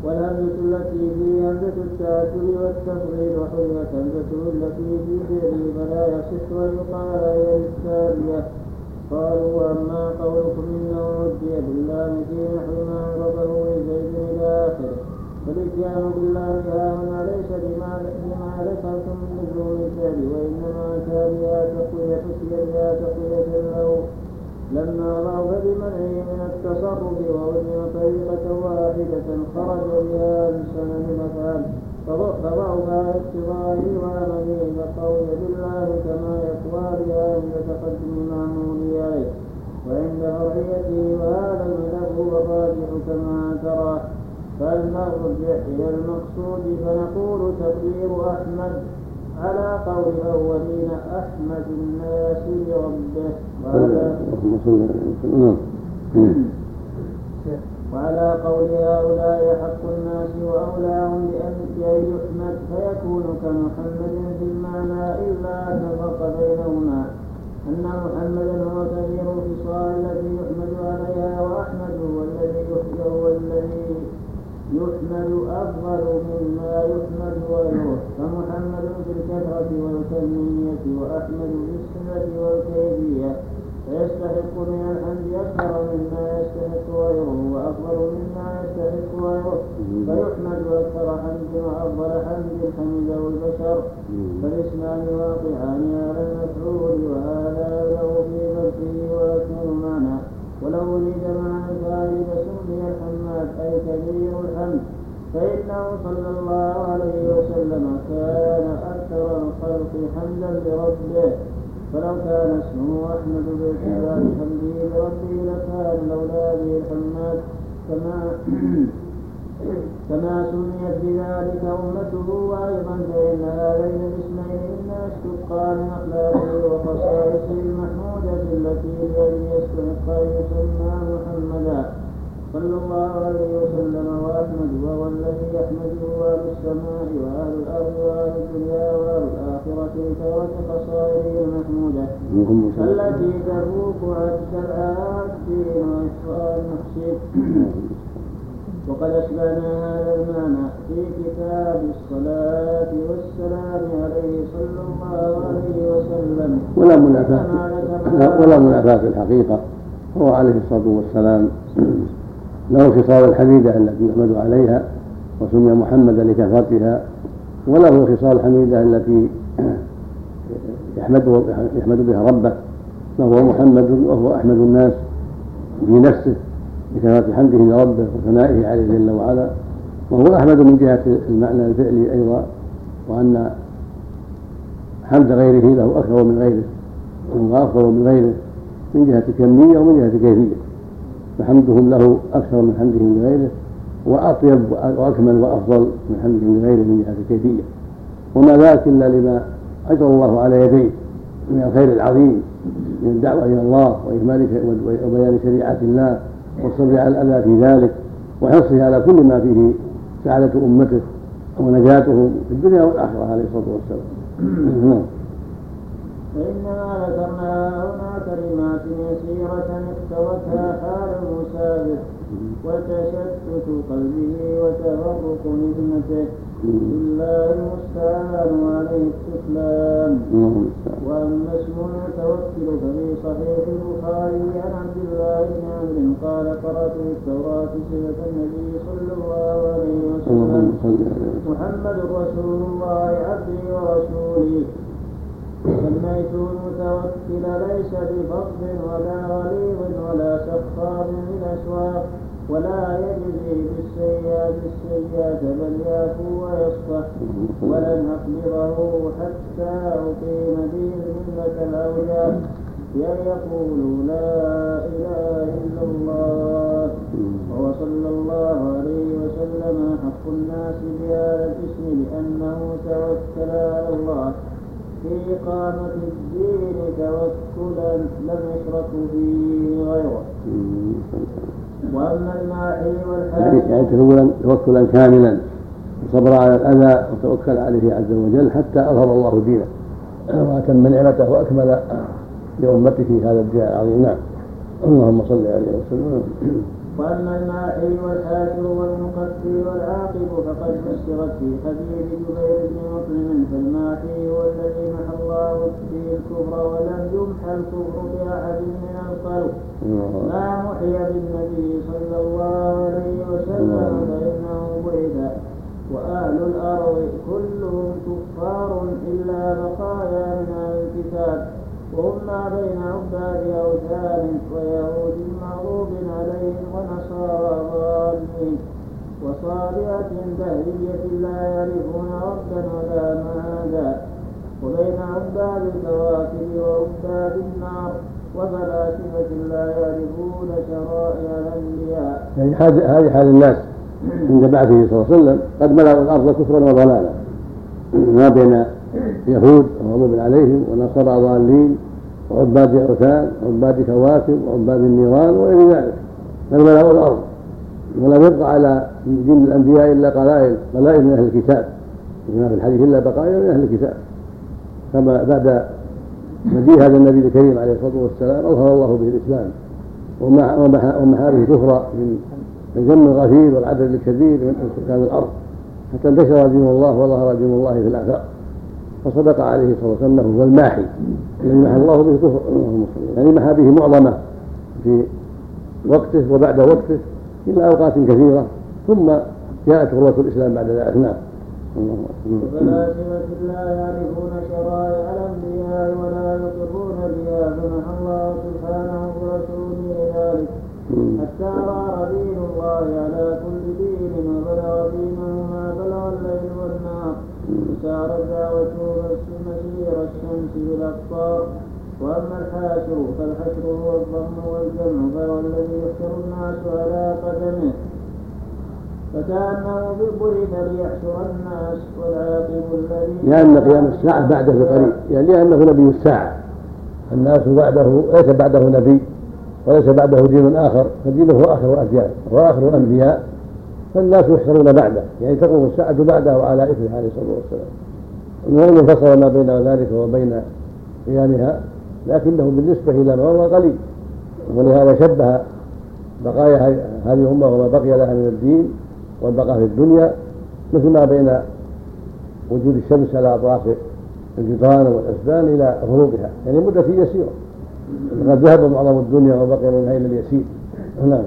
والهمزة التي في همزة التأكل والتفضيل وحرمت همزته التي في فعله فلا يصح ويقال هي للتالية. قالوا وأما قولكم إنه ردي بالله في نحو ما عرفه لزيد إلى آخره فالإتيان بالله هاهنا ليس بما ذكرتم من لزوم الفعل وإنما كان بها تقوية بها تقوية له لما ضعف بمنعه من التصرف ووجد طريقة واحدة خرج بها من سنن الأفعال فضعفها اقتضائه وأمله فقوي بالله كما يقوى بها عند تقدم معمول عليه وعند فرعيته وهذا المذهب هو الراجح كما ترى. فلنرجع إلى المقصود فنقول تقدير أحمد على قول الأولين أحمد الناس لربه وعلى قول هؤلاء حق الناس وأولاهم بأن يحمد فيكون كمحمد في المعنى إلا أن الفرق بينهما أن محمدا هو كثير الخصال التي يحمد عليها وأحمد هو الذي هو الذي يحمد أفضل مما يحمد غيره فمحمد في الكثرة والكمية وأحمد في الصفة والكيفية فيستحق من الحمد أكثر مما يستحق غيره وأفضل مما يستحق غيره فيحمد أكثر حمد وأفضل حمد حمده البشر فالاسمان واقعان على المفعول وهذا له في ذبحه ويكون معنى ولو ولد معنى الفاعل فسمي الحماد أي كبير الحمد فإنه صلى الله عليه وسلم كان أكثر الخلق حمدا لربه فلو كان اسمه أحمد باعتبار حمده لربه لكان لولا به الحماد كما كما سميت بذلك أمته وأيضا فإن هذين الاسمين إما اشتقا من أخلاقه وخصائصه المحمودة التي لأجل يستحق أن يسمى محمدا صلى الله عليه وسلم وأحمد وهو الذي يحمده أهل السماء وأهل الأرض وأهل الدنيا وأهل الآخرة لكثرة خصائصه المحمودة التي تفوق عد العابدين وإشفاء المحسن. وقد أشبهنا هذا المعنى في كتاب الصلاة والسلام عليه صلى الله عليه وسلم ولا منافاة ولا منافاة في الحقيقة. هو عليه الصلاة والسلام له خصال الحميدة التي يحمد عليها وسمي محمدا لكثرتها وله خصال الحميدة التي يحمد يحمد بها ربه فهو محمد وهو أحمد الناس في نفسه بكثرة حمده لربه وثنائه عليه جل وعلا وهو أحمد من جهة المعنى الفعلي أيضا وأن حمد غيره له أكثر من غيره وأفضل من غيره من جهة كمية ومن جهة كيفية فحمدهم له أكثر من حمدهم لغيره وأطيب وأكمل وأفضل من حمدهم لغيره من جهة الكيفية وما ذاك إلا لما أجر الله على يديه من الخير العظيم من الدعوة إلى الله وبيان شريعة الله والصبر على الأذى في ذلك وحرصه على كل ما فيه سعادة أمته ونجاتهم في الدنيا والآخرة عليه الصلاة والسلام. فإنما ذكرنا هنا كلمات يسيرة اقتضتها حال المسافر وتشتت قلبه وتفرق نجمته لله المستعان وعليه السفلان. وأما اسم المتوكل ففي صحيح البخاري عن عبد الله بن عمرو قال قرأت في التوراة صفة النبي صلى الله عليه وسلم محمد رسول الله عبدي ورسولي سميته المتوكل ليس بفضل ولا غليظ ولا سخاب للأسواق ولا يجزي بالسيئات السيئات بل يعفو ويصفح ولن أقبضه حتى أقيم به ملة الأولياء بأن يقولوا لا إله إلا الله. وهو صلى الله عليه وسلم حق الناس بهذا الاسم لأنه توكل على الله في إقامة الدين توكلا لم يشركوا فيه غيره. وأما الماحي والحاكم يعني توكلا توكلا كاملا وصبر على الأذى وتوكل عليه عز وجل حتى أظهر الله دينه وأتم نعمته وأكمل لأمته هذا الدين العظيم. نعم. اللهم صل عليه وسلم. وأما الماحي والحاشر والمقفي والعاقب فقد فسرت في حديث جبير بن مطعم. فالماحي هو الذي محى الله به الكفر ولم يمحى الكفر بأحد من الخلق. ما محي بالنبي صلى الله عليه وسلم فإنه بعث. وأهل الأرض كلهم كفار إلا بقايا من أهل الكتاب، وهم ما بين عباد أوثان ويهود مغضوب عليهم ونصارى ضالين وصابئة دهرية لا يعرفون ربا ولا معادا، وبين عباد الكواكب وعباد النار وفلاسفة لا يعرفون شرائع الأنبياء. يعني هذه حال الناس عند بعثه صلى الله عليه وسلم، قد ملأوا الأرض كفرا وضلالا، ما بين يهود مغضوب عليهم ونصارى ضالين وعباد أوثان وعباد كواكب وعباد النيران وغير ذلك، بل ملأوا الأرض، ولم يبقى على دين الأنبياء إلا قلائل قلائل من أهل الكتاب، كما في الحديث إلا بقايا من أهل الكتاب. كما بعد مجيء هذا النبي الكريم عليه الصلاة والسلام أظهر الله به الإسلام ومحى به الكفر من الجن الغفير والعدد الكبير من سكان الأرض، حتى انتشر دين الله وظهر دين الله في الآفاق. فصدق عليه الصلاة والسلام أنه هو الماحي الذي محى الله به الكفر، يعني محى به معظمه في وقته وبعد وقته إلى أوقات كثيرة، ثم جاءت غروة الإسلام بعد ذلك. نعم. وفلاسفة لا يعرفون شرائع الأنبياء ولا يقرون بها، فمحى الله سبحانه برسوله ذلك حتى صار دين الله على كل دين، وبلغ دينه ما بلغ الليل والنهار، وسارت دعوته مسير الشمس بالأقطار. وأما الحاشر فالحشر هو الضم والجمع، فهو الذي يحشر الناس على قدمه فكأنه بعث ليحشر الناس. والعاقب الذي لأن قيام الساعة بعده بقريب، يعني لأنه نبي الساعة، الناس بعده ليس بعده نبي وليس بعده دين آخر، فدينه هو آخر الأديان وآخر الأنبياء، فالناس يحشرون بعده، يعني تقوم الساعة بعده وعلى إثره عليه الصلاة والسلام. المهم انفصل ما بين ذلك وبين قيامها، لكنه بالنسبة إلى ما هو قليل، ولهذا شبه بقايا هذه الأمة وما بقي لها من الدين والبقاء في الدنيا مثل ما بين وجود الشمس على أطراف الجدران والأسبان إلى غروبها، يعني مدة يسيرة، قد ذهب معظم الدنيا وبقي منها إلا اليسير. نعم.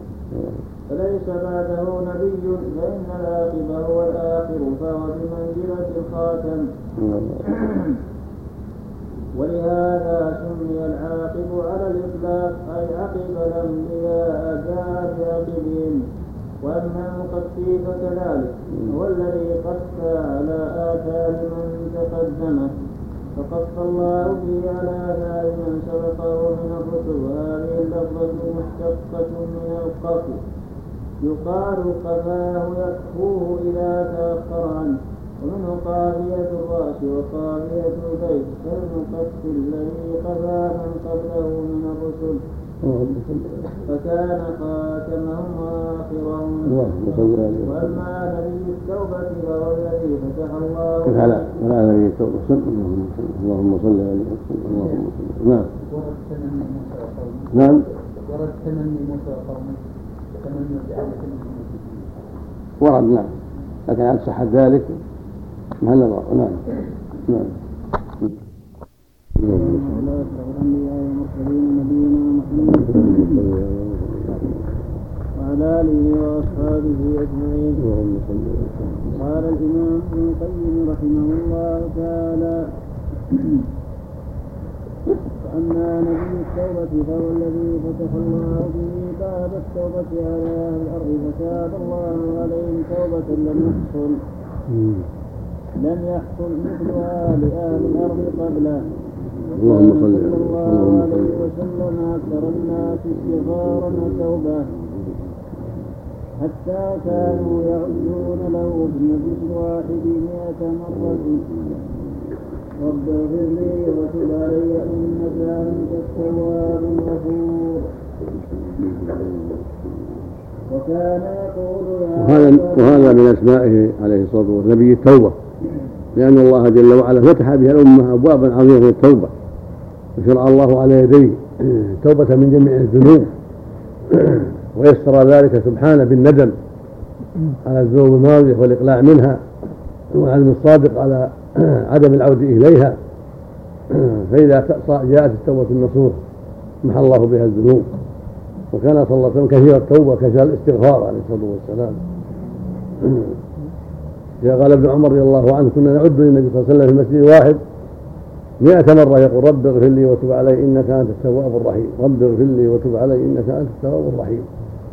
فليس بعده نبي، فإن العاقب هو الآخر، فهو بمنزلة الخاتم. ولهذا سمي العاقب على الإطلاق، أي عقب الأنبياء جاء بعقبهم. وأما المقفي فكذلك هو الذي قف على آثار من تقدمه، فقف الله به على آثار من سبقه من الرسل. وهذه اللفظة مشتقة من القف، يقال قفاه يكفوه إذا تأخر عنه، ومنه قافية الرأس وقافية البيت، كالمقف الذي قفى من قبله من الرسل، فكان خاتمهم وآخرهم. وأما نبي التوبة فهو الذي فتح الله كيف على ولا نبي التوبة؟ اللهم صل عليه وسلم. اللهم صل. نعم. نعم. ورد تمني موسى وقومه تمني بأن ورد، نعم، لكن عن صحة ذلك محل نظر. نعم. نعم. على الأنبياء والمرسلين نبينا محمد وعلى آله وأصحابه أجمعين. قال الإمام ابن القيم رحمه الله تعالى: فأما نبي التوبة فهو الذي فتح الله به باب التوبة على أهل الأرض، فتاب الله عليهم توبة لم يحصل لم يحصل مثلها لأهل الأرض قبله. اللهم صل صلى الله عليه وسلم أكثر الناس استغفارا وتوبة، حتى كانوا يعدون له في المجلس الواحد مئة مرة: رب اغفر لي وتب علي إنك أنت التواب الغفور. وكان يقول وهذا, وهذا من أسمائه عليه الصلاة والسلام نبي التوبة، لأن الله جل وعلا فتح بها الأمة أبوابا عظيمة للتوبة، وشرع الله على يديه توبة من جميع الذنوب ويسر ذلك سبحانه بالندم على الذنوب الماضية والإقلاع منها والعزم الصادق على عدم العودة إليها. فإذا جاءت التوبة النصوح محى الله بها الذنوب. وكان صلى الله عليه وسلم كثير التوبة كثير الاستغفار عليه الصلاة والسلام. قال ابن عمر رضي الله عنه كنا نعد للنبي صلى الله عليه وسلم في المسجد واحد مئة مرة يقول رب اغفر لي وتب علي إنك أنت التواب الرحيم، رب اغفر لي وتب علي إنك أنت التواب الرحيم.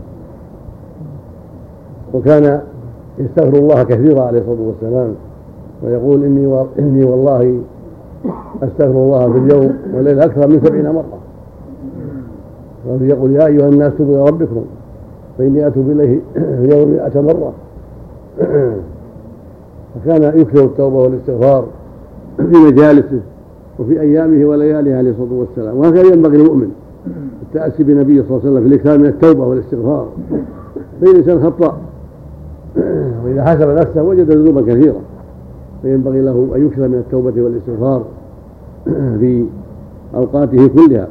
وكان يستغفر الله كثيرا عليه الصلاة والسلام ويقول إني, و... إني والله أستغفر الله في اليوم والليل أكثر من سبعين مرة. ويقول يا أيها الناس توبوا إلى ربكم فإني أتوب إليه في اليوم مئة مرة. فكان يكثر التوبة والاستغفار في مجالسه وفي أيامه ولياليه عليه الصلاة والسلام. وهكذا ينبغي المؤمن التأسي بنبيه صلى الله عليه وسلم في الإكثار من التوبة والاستغفار. فإن الإنسان خطأ وإذا حسب نفسه وجد ذنوبا كثيرة فينبغي له أن يكثر من التوبة والاستغفار في أوقاته كلها.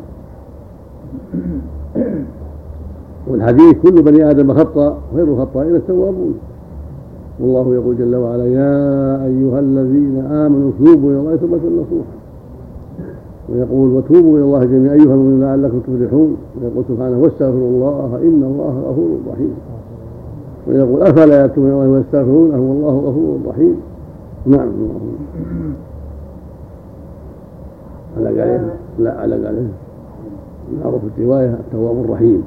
والحديث كل بني آدم خطأ غير الخطائين التوابون. والله يقول جل وعلا يا أيها الذين آمنوا توبوا إلى الله توبة نصوحا. ويقول وتوبوا إلى الله جميعا أيها المؤمنون لعلكم تفلحون. ويقول سبحانه واستغفروا الله إن الله غفور رحيم. ويقول أفلا يتوبون إلى الله ويستغفرونه والله غفور رحيم. نعم. علق عليه لا علق عليه معروف الرواية التواب الرحيم.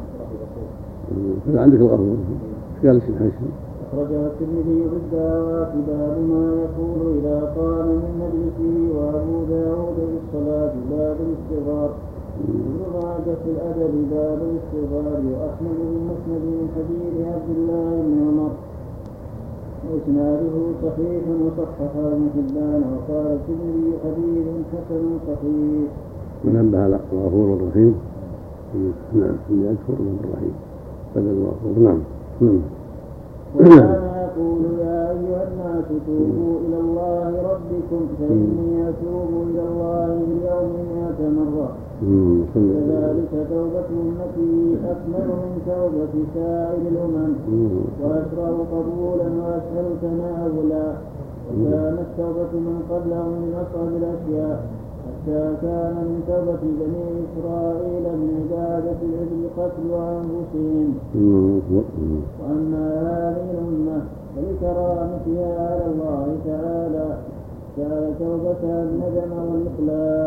عندك الغفور قال الشيخ حسن أخرجها الترمذي في الدعوات باب ما يقول إذا قام من مجلسه وأبو داود بالصلاة باب الاستغفار وابن ماجه في الأدب باب الاستغفار وأحمد بالمسند من حديث عبد الله بن عمر وإسناده صحيح وصححه ابن حبان وقال الترمذي حديث حسن صحيح. ونبه على الغفور الرحيم. نعم يذكر من الرحيم بدل الغفور. نعم نعم. وكان يقول يا أيها الناس توبوا إلى الله ربكم فإني أتوب إلى الله في اليوم مئة مرة. كذلك توبة أمتي أكمل من توبة سائر الأمم وأسرع قبولا وأسهل تناولا. وكانت توبة من قبلهم من أصعب الأشياء حتى كان من توبة بني إسرائيل من عبادة العبد قتل أنفسهم. وأما هذه الأمة فلكرامتها على الله تعالى جعل توبتها الندم والإخلاص